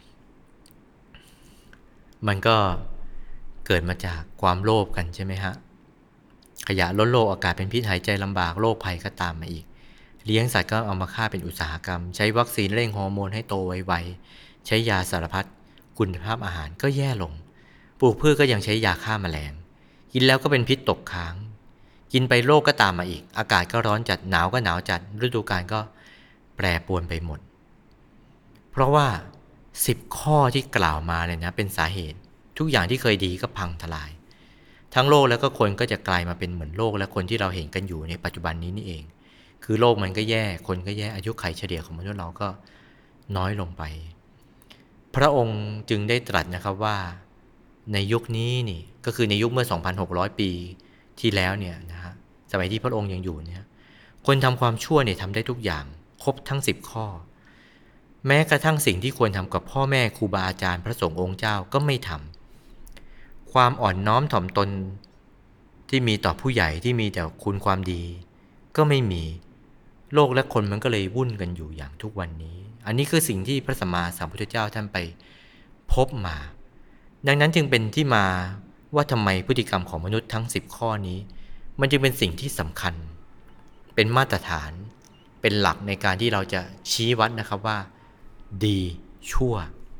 มันก็เกิดมาจากความโลภกันใช่ไหมฮะขยะล้นโลกอากาศเป็นพิษหายใจลำบากโรคภัยก็ตามมาอีกเลี้ยงสัตว์ก็เอามาฆ่าเป็นอุตสาหกรรมใช้วัคซีนเร่งฮอร์โมนให้โตไวๆใช้ยาสารพัดคุณภาพอาหารก็แย่ลงปลูกพืชก็ยังใช้ยาฆ่าแมลงกินแล้วก็เป็นพิษตกค้างกินไปโรคก็ตามมาอีกอากาศก็ร้อนจัดหนาวก็หนาวจัดฤดูกาลก็แปรปรวนไปหมดเพราะว่า10ข้อที่กล่าวมาเนี่ยนะเป็นสาเหตุทุกอย่างที่เคยดีก็พังทลายทั้งโลกแล้วก็คนก็จะกลายมาเป็นเหมือนโลกและคนที่เราเห็นกันอยู่ในปัจจุบันนี้นี่เองคือโลกมันก็แย่คนก็แย่อายุขัยเฉลี่ยของมนุษย์เราก็น้อยลงไปพระองค์จึงได้ตรัสนะครับว่าในยุคนี้นี่ก็คือในยุคเมื่อ 2,600 ปีที่แล้วเนี่ยนะฮะสมัยที่พระองค์ยังอยู่เนี่ยคนทำความชั่วเนี่ยทำได้ทุกอย่างครบทั้ง10ข้อแม้กระทั่งสิ่งที่ควรทำกับพ่อแม่ครูบาอาจารย์พระสงฆ์องค์เจ้าก็ไม่ทำความอ่อนน้อมถ่อมตนที่มีต่อผู้ใหญ่ที่มีแต่คุณความดีก็ไม่มีโลกและคนมันก็เลยวุ่นกันอยู่อย่างทุกวันนี้อันนี้คือสิ่งที่พระสัมมาสัมพุทธเจ้าท่านไปพบมาดังนั้นจึงเป็นที่มาว่าทำไมพฤติกรรมของมนุษย์ทั้ง10ข้อนี้มันจึงเป็นสิ่งที่สำคัญเป็นมาตรฐานเป็นหลักในการที่เราจะชี้วัดนะครับว่าดีชั่ว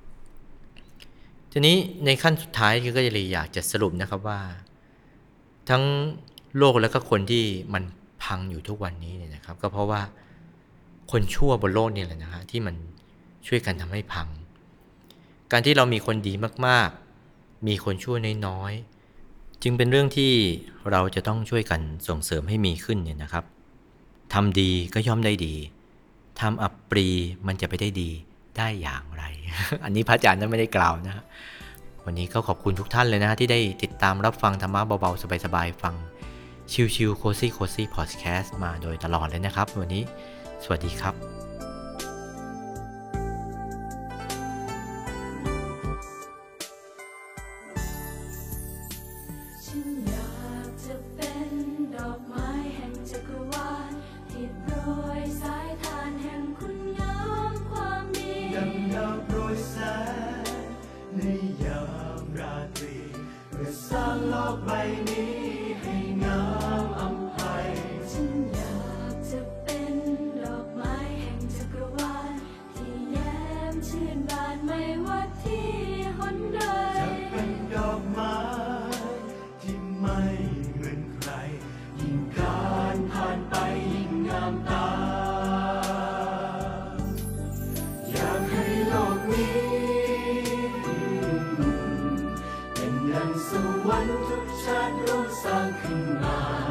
ทีนี้ในขั้นสุดท้ายก็จะเลยอยากจะสรุปนะครับว่าทั้งโลกและก็คนที่มันพังอยู่ทุกวันนี้เนี่ยนะครับก็เพราะว่าคนชั่วบนโลกนี่แหละนะฮะที่มันช่วยกันทำให้พังการที่เรามีคนดีมากๆมีคนชั่วน้อยๆจึงเป็นเรื่องที่เราจะต้องช่วยกันส่งเสริมให้มีขึ้นเนี่ยนะครับทำดีก็ย่อมได้ดีทำอับปรีมันจะไปได้ดีได้อย่างไร อันนี้พระอาจารย์ท่านไม่ได้กล่าวนะวันนี้ก็ขอบคุณทุกท่านเลยนะที่ได้ติดตามรับฟังธรรมะเบาๆสบายๆฟังชิวๆโคซี่พอดแคสต์มาโดยตลอดเลยนะครับวันนี้สวัสดีครับสร้างโลกใบนี้ให้งามอำไพฉันอยากจะเป็นดอกไม้แห่งจักรวาลที่แย้มชื่นบานไม่ว่าที่หนใดจะเป็นดอกไม้ที่ไม่เหมือนใครยิ่งการผ่านไปยิ่งงามตาอยากให้โลกนี้ดังสวรรค์ทุกชาติร่วมสร้างขึ้นมา